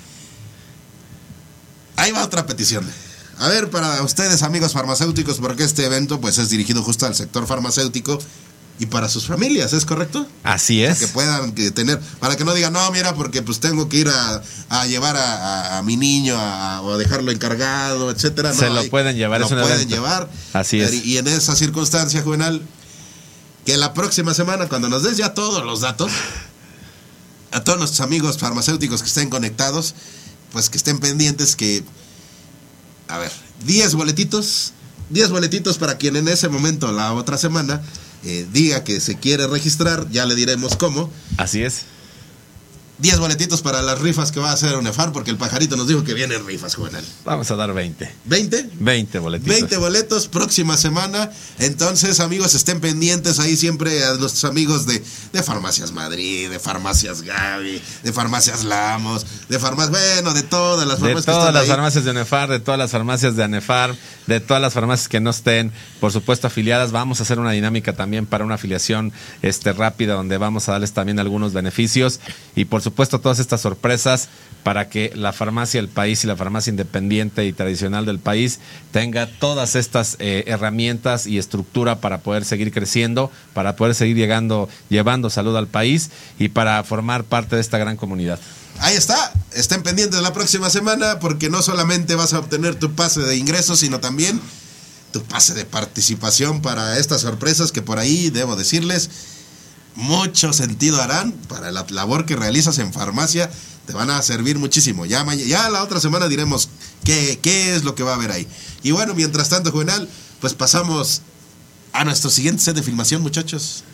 Ahí va otra petición. A ver, para ustedes, amigos farmacéuticos, porque este evento pues es dirigido justo al sector farmacéutico y para sus familias, ¿es correcto? Así es. Para que puedan tener, para que no digan, no, mira, porque pues tengo que ir a llevar a mi niño o a dejarlo encargado, etcétera. Se lo pueden llevar, lo pueden llevar. Así es. Y en esa circunstancia, Juvenal, que la próxima semana, cuando nos des ya todos los datos, a todos nuestros amigos farmacéuticos que estén conectados, pues que estén pendientes que, a ver, 10 boletitos para quien en ese momento, la otra semana, diga que se quiere registrar, ya le diremos cómo. Así es. 10 boletitos para las rifas que va a hacer UNEFAR, porque el pajarito nos dijo que vienen rifas, Juvenal. Vamos a dar 20. ¿20? 20 boletitos. 20 boletos próxima semana. Entonces, amigos, estén pendientes ahí siempre a nuestros amigos de Farmacias Madrid, de Farmacias Gaby, de Farmacias Lamos, de todas las farmacias. De todas las farmacias de UNEFAR, de todas las farmacias de ANEFAR, de todas las farmacias que no estén, por supuesto, afiliadas. Vamos a hacer una dinámica también para una afiliación rápida, donde vamos a darles también algunos beneficios. Y por supuesto todas estas sorpresas para que la farmacia del país y la farmacia independiente y tradicional del país tenga todas estas herramientas y estructura para poder seguir creciendo, para poder seguir llevando salud al país y para formar parte de esta gran comunidad. Ahí está, estén pendientes la próxima semana, porque no solamente vas a obtener tu pase de ingresos, sino también tu pase de participación para estas sorpresas que por ahí, debo decirles, mucho sentido harán para la labor que realizas en farmacia. Te van a servir muchísimo. Ya la otra semana diremos qué es lo que va a haber ahí. Y bueno, mientras tanto, Juvenal, pues pasamos a nuestro siguiente set de filmación, muchachos.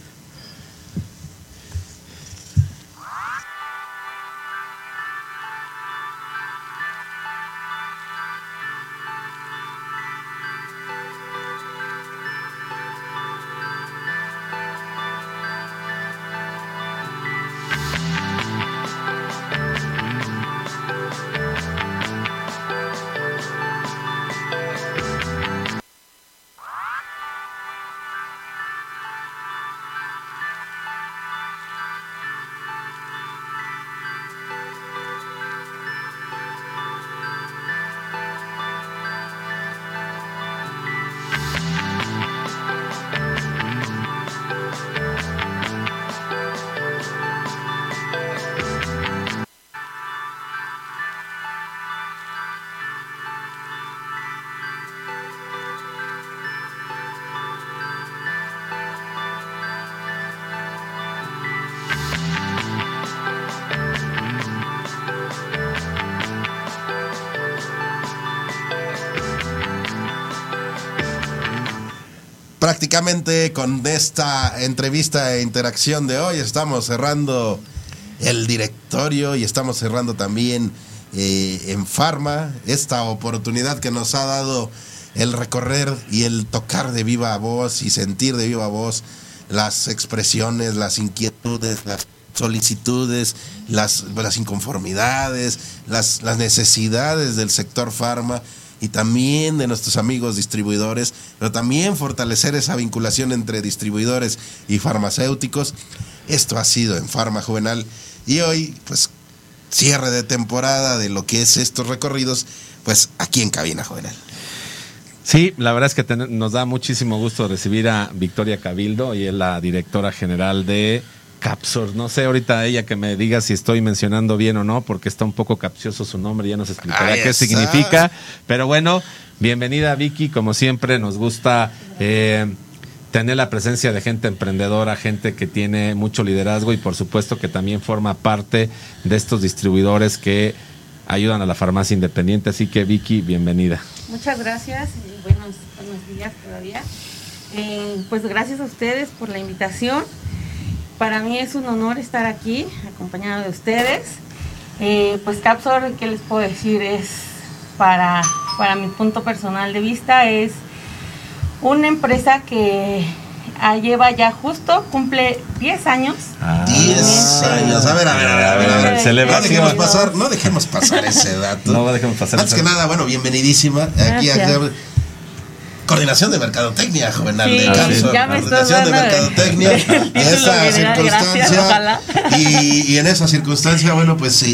prácticamente con esta entrevista e interacción de hoy estamos cerrando el directorio y estamos cerrando también en Pharma esta oportunidad que nos ha dado el recorrer y el tocar de viva voz y sentir de viva voz las expresiones, las inquietudes, las solicitudes, las inconformidades, las necesidades del sector Pharma y también de nuestros amigos distribuidores, pero también fortalecer esa vinculación entre distribuidores y farmacéuticos. Esto ha sido en Pharma Juvenal y hoy, pues, cierre de temporada de lo que es estos recorridos, pues aquí en Cabina Juvenal. Sí, la verdad es que nos da muchísimo gusto recibir a Victoria Cabildo, y es la directora general de Capsor. No sé ahorita ella que me diga si estoy mencionando bien o no, porque está un poco capcioso su nombre, ya nos explicará qué significa. Pero bueno, bienvenida Vicky, como siempre nos gusta tener la presencia de gente emprendedora, gente que tiene mucho liderazgo y por supuesto que también forma parte de estos distribuidores que ayudan a la farmacia independiente. Así que Vicky, bienvenida. Muchas gracias y buenos días todavía. Pues gracias a ustedes por la invitación. Para mí es un honor estar aquí acompañado de ustedes. Pues Capsor, ¿qué les puedo decir? Es para mi punto personal de vista, es una empresa que lleva ya justo, cumple 10 años. 10 años. A ver. Celebración. No dejemos pasar ese dato. No dejemos pasar. Antes que nada, bueno, bienvenidísima. Aquí Coordinación de Mercadotecnia Juvenal de Capsor. Coordinación de Mercadotecnia. Esa circunstancia. Y en esa circunstancia, bueno, pues sí,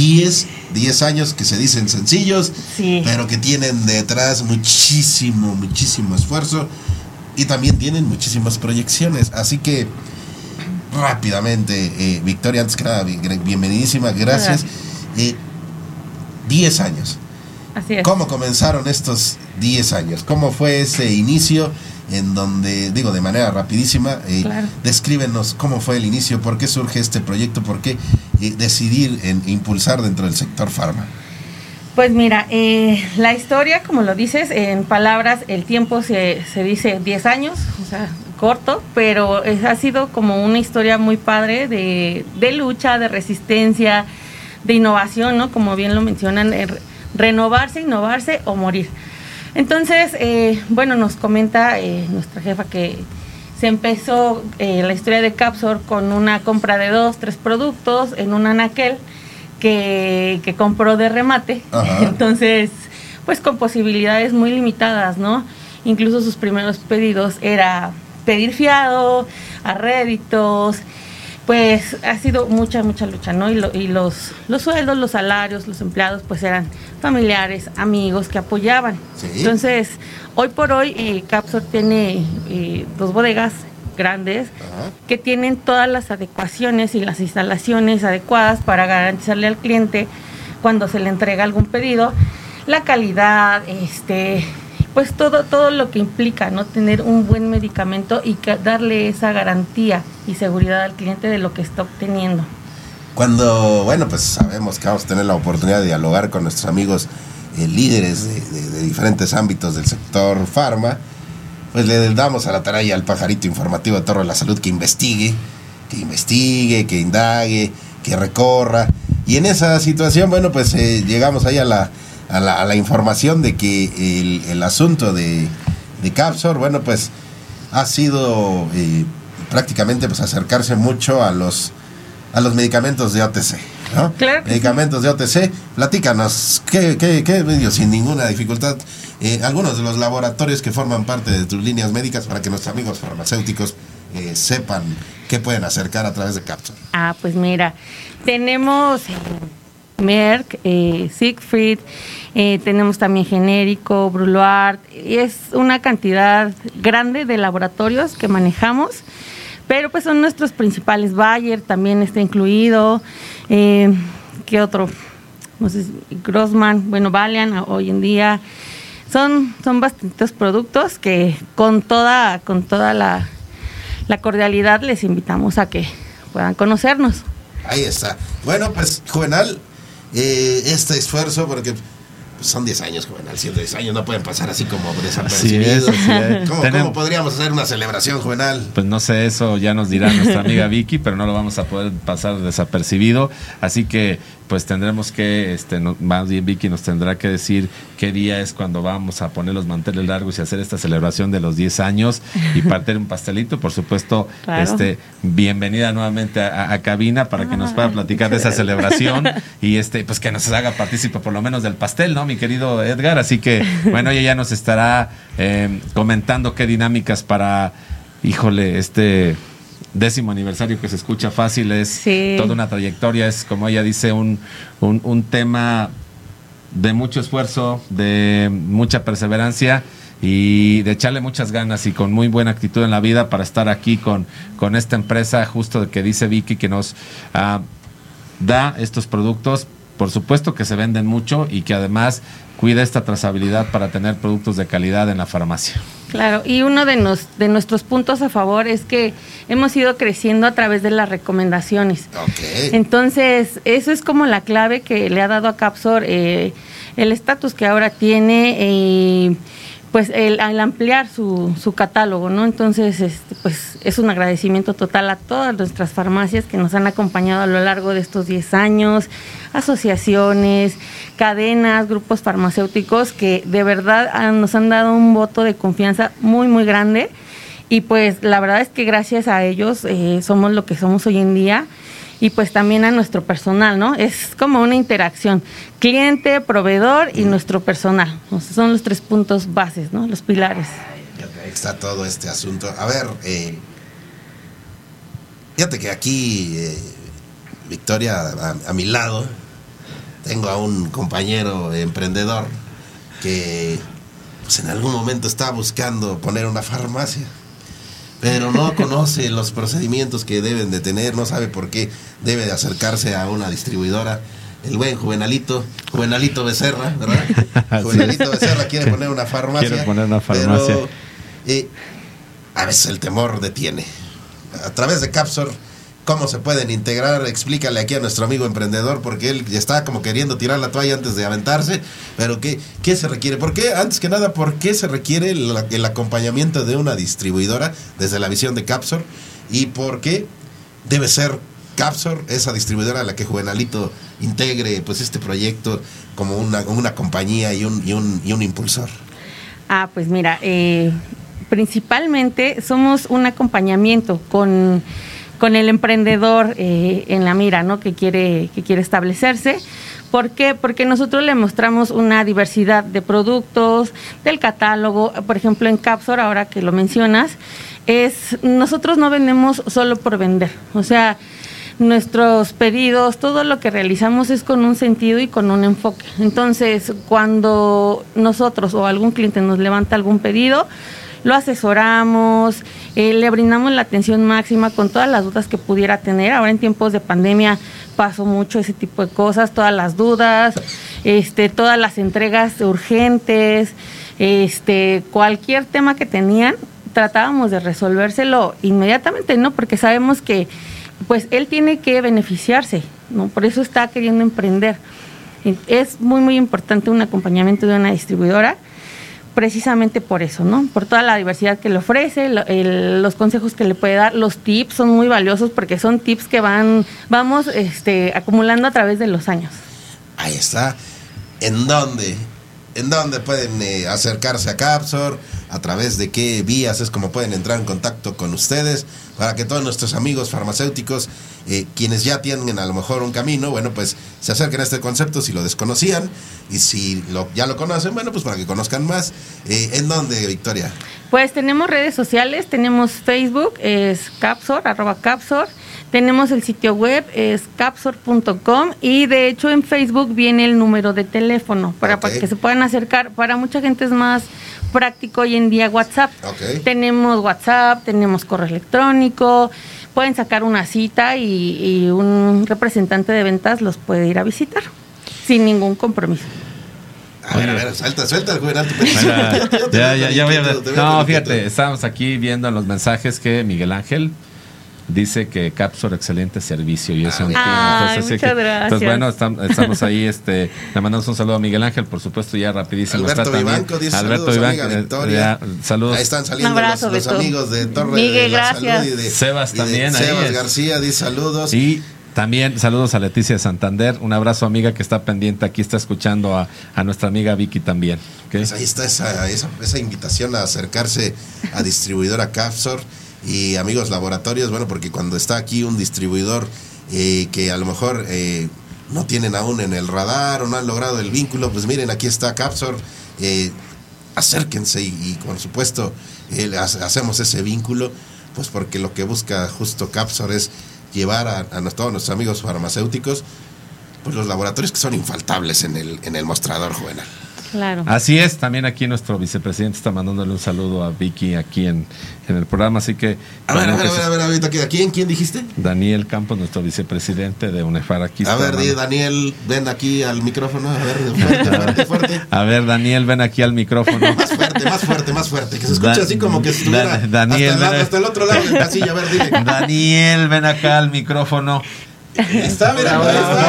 10 años que se dicen sencillos, sí, pero que tienen detrás muchísimo esfuerzo y también tienen muchísimas proyecciones. Así que rápidamente, Victoria, antes que nada, bienvenidísima, gracias. 10 años. Así es. ¿Cómo comenzaron estos 10 años? ¿Cómo fue ese inicio en donde, digo, de manera rapidísima, claro, descríbenos cómo fue el inicio, por qué surge este proyecto, por qué decidir en impulsar dentro del sector Pharma? Pues mira, la historia, como lo dices, en palabras, el tiempo se dice 10 años, o sea, corto, pero ha sido como una historia muy padre de lucha, de resistencia, de innovación, ¿no? Como bien lo mencionan, renovarse, innovarse o morir. Entonces, bueno, nos comenta nuestra jefa que se empezó la historia de Capsor con una compra de 2-3 productos en un anaquel que compró de remate. Ajá. Entonces, pues con posibilidades muy limitadas, ¿no? Incluso sus primeros pedidos era pedir fiado, a réditos. Pues ha sido mucha lucha, ¿no? Y los sueldos, los salarios, los empleados, pues eran familiares, amigos que apoyaban. ¿Sí? Entonces, hoy por hoy, Capsor tiene 2 bodegas grandes, ajá, que tienen todas las adecuaciones y las instalaciones adecuadas para garantizarle al cliente, cuando se le entrega algún pedido, la calidad, pues todo lo que implica, ¿no? Tener un buen medicamento y darle esa garantía y seguridad al cliente de lo que está obteniendo. Cuando, bueno, pues sabemos que vamos a tener la oportunidad de dialogar con nuestros amigos líderes de diferentes ámbitos del sector Pharma, pues le damos a la tarea al pajarito informativo de Torre de la Salud que investigue, que indague, que recorra. Y en esa situación, bueno, pues llegamos ahí a la información de que el asunto de Capsor, bueno, pues ha sido prácticamente pues acercarse mucho a los medicamentos de OTC, ¿no? Claro. Medicamentos de OTC. Platícanos, ¿qué sin ninguna dificultad, algunos de los laboratorios que forman parte de tus líneas médicas para que nuestros amigos farmacéuticos sepan qué pueden acercar a través de Capsor? Pues mira, tenemos Merck, Siegfried, tenemos también genérico, Bruluart, es una cantidad grande de laboratorios que manejamos, pero pues son nuestros principales. Bayer también está incluido, ¿qué otro? No sé, Grossman, bueno, Valiant hoy en día, son bastantes productos que con toda la cordialidad les invitamos a que puedan conocernos. Ahí está. Bueno, pues Juvenal, este esfuerzo, porque Pues son 10 años, Juvenal, 10 años no pueden pasar así como desapercibidos. Así es. ¿Cómo podríamos hacer una celebración, Juvenal? Pues no sé, eso ya nos dirá nuestra amiga Vicky, pero no lo vamos a poder pasar desapercibido. Así que pues tendremos que, más bien Vicky nos tendrá que decir qué día es cuando vamos a poner los manteles largos y hacer esta celebración de los 10 años y partir un pastelito. Por supuesto, claro. Bienvenida nuevamente a cabina para que nos pueda platicar de esa celebración y pues que nos haga partícipe por lo menos del pastel, ¿no, mi querido Edgar? Así que, bueno, ella ya nos estará comentando qué dinámicas para, híjole, 10º aniversario, que se escucha fácil, es toda una trayectoria, es, como ella dice, un tema de mucho esfuerzo, de mucha perseverancia y de echarle muchas ganas y con muy buena actitud en la vida para estar aquí con esta empresa, justo de que dice Vicky, que nos da estos productos, por supuesto que se venden mucho y que además cuida esta trazabilidad para tener productos de calidad en la farmacia. Claro, y uno de nuestros puntos a favor es que hemos ido creciendo a través de las recomendaciones. Okay. Entonces, eso es como la clave que le ha dado a Capsor el estatus que ahora tiene, pues al ampliar su catálogo, ¿no? Entonces, pues es un agradecimiento total a todas nuestras farmacias que nos han acompañado a lo largo de estos 10 años, asociaciones, cadenas, grupos farmacéuticos que de verdad nos han dado un voto de confianza muy, muy grande y pues la verdad es que gracias a ellos somos lo que somos hoy en día. Y pues también a nuestro personal, ¿no? Es como una interacción, cliente, proveedor y nuestro personal. O sea, son los 3 puntos bases, ¿no? Los pilares. Ahí está todo este asunto. A ver, fíjate que aquí, Victoria, a mi lado, tengo a un compañero emprendedor que pues, en algún momento está buscando poner una farmacia, pero no conoce los procedimientos que deben de tener, no sabe por qué debe de acercarse a una distribuidora. El buen Juvenalito Becerra, ¿verdad? Juvenalito Becerra quiere poner una farmacia. Pero a veces el temor detiene. A través de Capsor, ¿cómo se pueden integrar? Explícale aquí a nuestro amigo emprendedor, porque él está como queriendo tirar la toalla antes de aventarse, pero ¿qué se requiere? ¿Por qué? Antes que nada, ¿por qué se requiere el acompañamiento de una distribuidora desde la visión de Capsor? ¿Y por qué debe ser Capsor esa distribuidora a la que Juvenalito integre pues este proyecto como una compañía y un impulsor? Pues mira, principalmente somos un acompañamiento con el emprendedor en la mira, ¿no? que quiere establecerse. ¿Por qué? Porque nosotros le mostramos una diversidad de productos, del catálogo. Por ejemplo, en Capsor, ahora que lo mencionas, nosotros no vendemos solo por vender. O sea, nuestros pedidos, todo lo que realizamos es con un sentido y con un enfoque. Entonces, cuando nosotros o algún cliente nos levanta algún pedido, lo asesoramos, le brindamos la atención máxima con todas las dudas que pudiera tener. Ahora en tiempos de pandemia pasó mucho ese tipo de cosas, todas las dudas, todas las entregas urgentes, cualquier tema que tenían, tratábamos de resolvérselo inmediatamente, ¿no? Porque sabemos que pues él tiene que beneficiarse, ¿no? Por eso está queriendo emprender. Es muy, muy importante un acompañamiento de una distribuidora, precisamente por eso, ¿no? Por toda la diversidad que le ofrece, los consejos que le puede dar, los tips son muy valiosos porque son tips que vamos acumulando a través de los años. Ahí está. ¿En dónde pueden acercarse a Capsor? ¿A través de qué vías es como pueden entrar en contacto con ustedes? Para que todos nuestros amigos farmacéuticos, quienes ya tienen a lo mejor un camino, bueno, pues se acerquen a este concepto si lo desconocían, y si ya lo conocen, bueno, pues para que conozcan más. ¿En dónde, Victoria? Pues tenemos redes sociales, tenemos Facebook, es Capsor, @Capsor. Tenemos el sitio web, es capsor.com, y de hecho en Facebook viene el número de teléfono para que se puedan acercar. Para mucha gente es más práctico hoy en día WhatsApp. Tenemos WhatsApp, tenemos correo electrónico, pueden sacar una cita y un representante de ventas los puede ir a visitar sin ningún compromiso. A ver, suelta el Juvenal. Ya voy a ver. No, fíjate, estábamos aquí viendo los mensajes que Miguel Ángel dice que Capsor, excelente servicio. Y eso muchas gracias. Entonces, bueno, estamos ahí. Le mandamos un saludo a Miguel Ángel, por supuesto, ya rapidísimo. Alberto Vivanco dice Alberto saludos, amiga Victoria. Saludos. Ahí están saliendo los amigos de Torre Miguel, de la gracias. Salud y de Sebas también. Sebas García dice saludos. Y también saludos a Leticia de Santander. Un abrazo, amiga, que está pendiente aquí, está escuchando a nuestra amiga Vicky también. ¿Okay? Pues ahí está esa invitación a acercarse a distribuidora Capsor y amigos laboratorios. Bueno, porque cuando está aquí un distribuidor que a lo mejor no tienen aún en el radar o no han logrado el vínculo, pues miren, aquí está Capsor. Acérquense y por supuesto hacemos ese vínculo, pues porque lo que busca justo Capsor es llevar a todos nuestros amigos farmacéuticos pues los laboratorios que son infaltables en el mostrador, Juvenal. Claro. Así es, también aquí nuestro vicepresidente está mandándole un saludo a Vicky aquí en el programa, así que... A ver, ¿quién dijiste? Daniel Campos, nuestro vicepresidente de UNEFAR aquí. A ver, Daniel, ven aquí al micrófono, a ver, fuerte. A ver, Daniel, ven aquí al micrófono. Más fuerte, que se escuche así como que estuviera Daniel, hasta el otro lado del pasillo, a ver, dile. Daniel, ven acá al micrófono. Está, mira,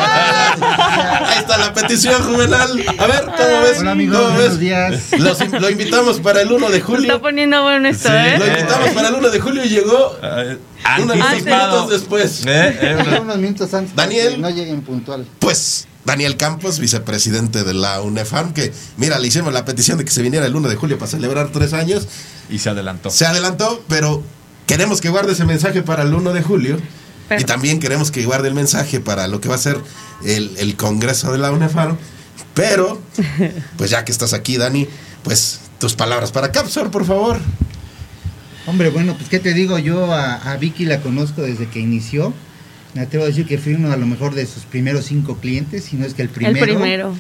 ahí está la petición, Juvenal. A ver, ¿cómo ves? Hola, amigos, ¿cómo buenos ves? días. Lo invitamos para el 1 de julio. Se está poniendo bueno esto, Sí, Lo invitamos para el 1 de julio y llegó unos minutos después. Unos minutos antes. Daniel. Que no lleguen puntual. Pues Daniel Campos, vicepresidente de la UNEFAM, que mira, le hicimos la petición de que se viniera el 1 de julio para celebrar 3 años. Y se adelantó. Se adelantó, pero queremos que guarde ese mensaje para el 1 de julio. Y también queremos que guarde el mensaje para lo que va a ser el congreso de la UNEFAM. Pero, pues ya que estás aquí, Dani, pues tus palabras para Capsor, por favor. Hombre, bueno, pues qué te digo, yo a Vicky la conozco desde que inició. Me atrevo a decir que fui uno a lo mejor de sus primeros 5 clientes, si no es que el primero. El primero,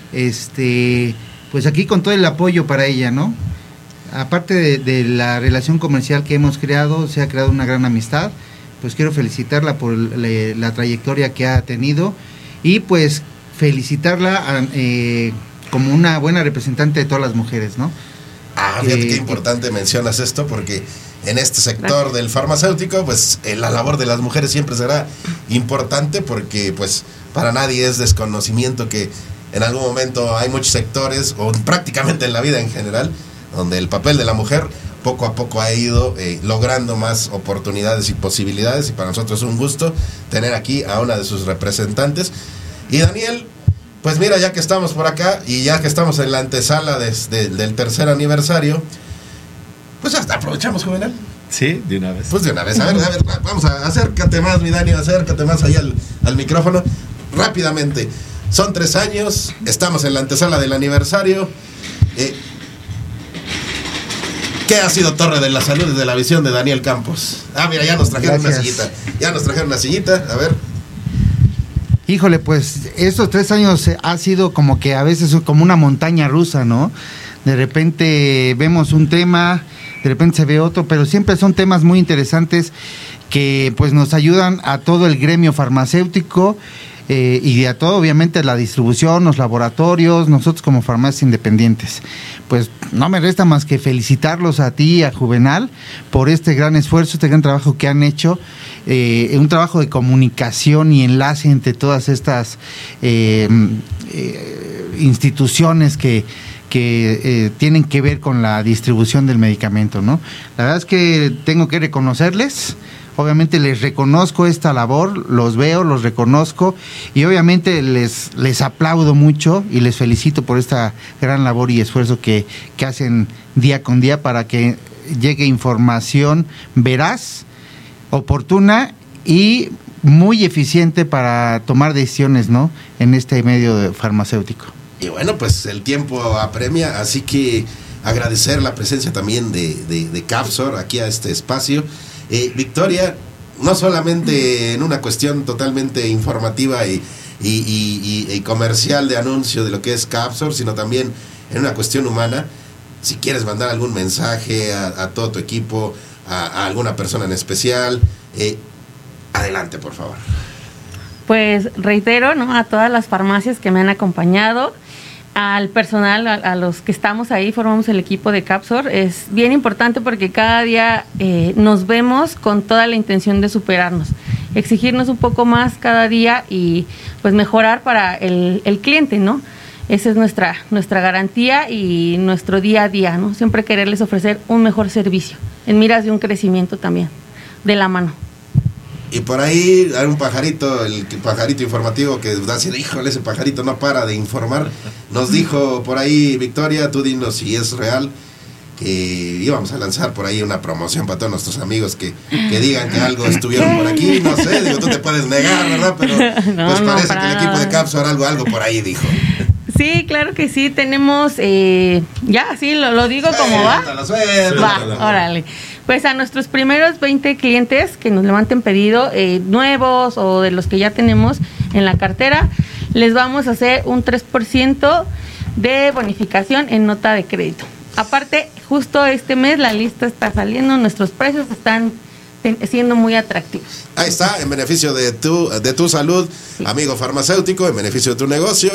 sí. Pues aquí con todo el apoyo para ella, ¿no? Aparte de la relación comercial que hemos creado, se ha creado una gran amistad. Pues quiero felicitarla por la trayectoria que ha tenido y pues felicitarla como una buena representante de todas las mujeres, ¿no? Fíjate qué importante mencionas esto, porque en este sector del farmacéutico, pues la labor de las mujeres siempre será importante, porque pues para nadie es desconocimiento que en algún momento hay muchos sectores, o prácticamente en la vida en general, donde el papel de la mujer poco a poco ha ido logrando más oportunidades y posibilidades, y para nosotros es un gusto tener aquí a una de sus representantes. Y Daniel, pues mira, ya que estamos por acá y ya que estamos en la antesala del tercer aniversario, pues hasta aprovechamos, Juvenal. Sí, de una vez. Pues de una vez, a ver, vamos a acércate más, mi Dani, acércate más ahí al micrófono, rápidamente. Son 3 años, estamos en la antesala del aniversario. ¿Qué ha sido Torre de la Salud desde la visión de Daniel Campos? Mira, ya nos trajeron una sillita. A ver. Híjole, pues estos 3 años ha sido como que a veces como una montaña rusa, ¿no? De repente vemos un tema, de repente se ve otro, pero siempre son temas muy interesantes que pues nos ayudan a todo el gremio farmacéutico y a todo, obviamente, la distribución, los laboratorios, nosotros como farmacias independientes. Pues no me resta más que felicitarlos a ti y a Juvenal por este gran esfuerzo, este gran trabajo que han hecho, un trabajo de comunicación y enlace entre todas estas instituciones que tienen que ver con la distribución del medicamento, ¿no? La verdad es que tengo que reconocerles. Obviamente les reconozco esta labor, los veo, los reconozco y obviamente les aplaudo mucho y les felicito por esta gran labor y esfuerzo que hacen día con día para que llegue información veraz, oportuna y muy eficiente para tomar decisiones, ¿no?, en este medio farmacéutico. Y bueno, pues el tiempo apremia, así que agradecer la presencia también de Capsor aquí a este espacio. Victoria, no solamente en una cuestión totalmente informativa y comercial de anuncio de lo que es Capsor, sino también en una cuestión humana. Si quieres mandar algún mensaje a todo tu equipo, a alguna persona en especial, adelante, por favor. Pues reitero, ¿no?, a todas las farmacias que me han acompañado, al personal, a los que estamos ahí, formamos el equipo de Capsor. Es bien importante porque cada día nos vemos con toda la intención de superarnos, exigirnos un poco más cada día y pues mejorar para el cliente, ¿no? Esa es nuestra garantía y nuestro día a día, ¿no? Siempre quererles ofrecer un mejor servicio, en miras de un crecimiento también, de la mano. Y por ahí hay un pajarito, el pajarito informativo que va a decir, híjole, ese pajarito no para de informar. Nos dijo por ahí, Victoria, tú dinos si es real, que íbamos a lanzar por ahí una promoción para todos nuestros amigos que digan que algo estuvieron por aquí. No sé, digo, tú te puedes negar, ¿verdad? Pero no, pues parece que el nada. equipo de Capsor algo por ahí dijo. Sí, claro que sí, tenemos, ya, sí, lo digo como va. Suéltalo. Va, órale. Pues a nuestros primeros 20 clientes que nos levanten pedido, nuevos o de los que ya tenemos en la cartera, les vamos a hacer un 3% de bonificación en nota de crédito. Aparte, justo este mes la lista está saliendo, nuestros precios están siendo muy atractivos. Ahí está, en beneficio de tu salud, amigo farmacéutico, en beneficio de tu negocio,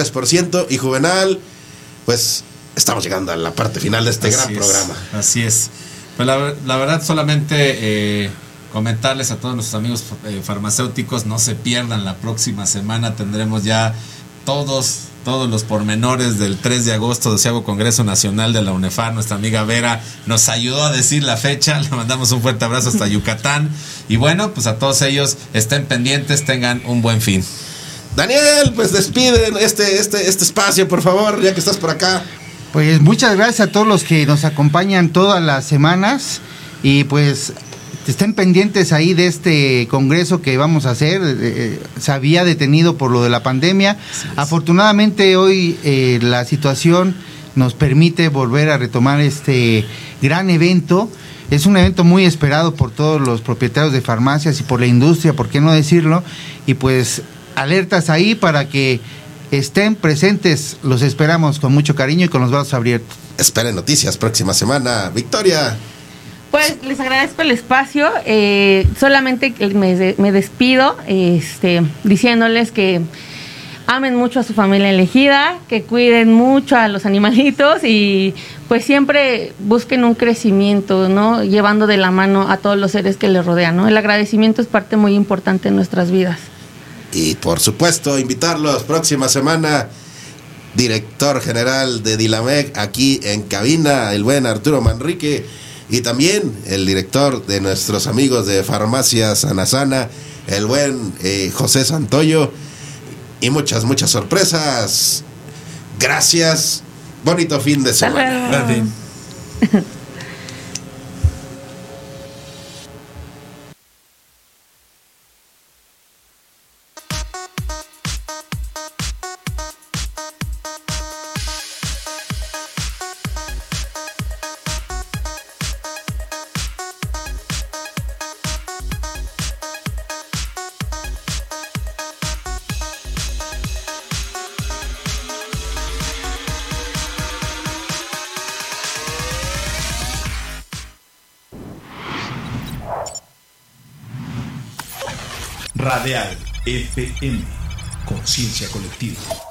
3%. Y Juvenal, pues estamos llegando a la parte final de este gran programa. Así es. Pues la verdad, solamente comentarles a todos nuestros amigos farmacéuticos, no se pierdan, la próxima semana tendremos ya todos los pormenores del 3 de agosto, 12º Congreso Nacional de la UNEFAR. Nuestra amiga Vera nos ayudó a decir la fecha, le mandamos un fuerte abrazo hasta Yucatán. Y bueno, pues a todos ellos, estén pendientes, tengan un buen fin. Daniel, pues despiden este espacio, por favor, ya que estás por acá. Pues muchas gracias a todos los que nos acompañan todas las semanas y pues estén pendientes ahí de este congreso que vamos a hacer. Se había detenido por lo de la pandemia. Afortunadamente hoy la situación nos permite volver a retomar este gran evento. Es un evento muy esperado por todos los propietarios de farmacias y por la industria, ¿por qué no decirlo? Y pues alertas ahí para que estén presentes, los esperamos con mucho cariño y con los brazos abiertos. Esperen noticias próxima semana. Victoria. Pues les agradezco el espacio, solamente me despido diciéndoles que amen mucho a su familia elegida, que cuiden mucho a los animalitos y pues siempre busquen un crecimiento, ¿no? Llevando de la mano a todos los seres que les rodean, ¿no? El agradecimiento es parte muy importante en nuestras vidas. Y por supuesto, invitarlos próxima semana, director general de Dilamec, aquí en cabina, el buen Arturo Manrique, y también el director de nuestros amigos de Farmacias Anasana, el buen José Santoyo, y muchas sorpresas. Gracias, bonito fin de semana. Gracias. Radial FM, conciencia colectiva.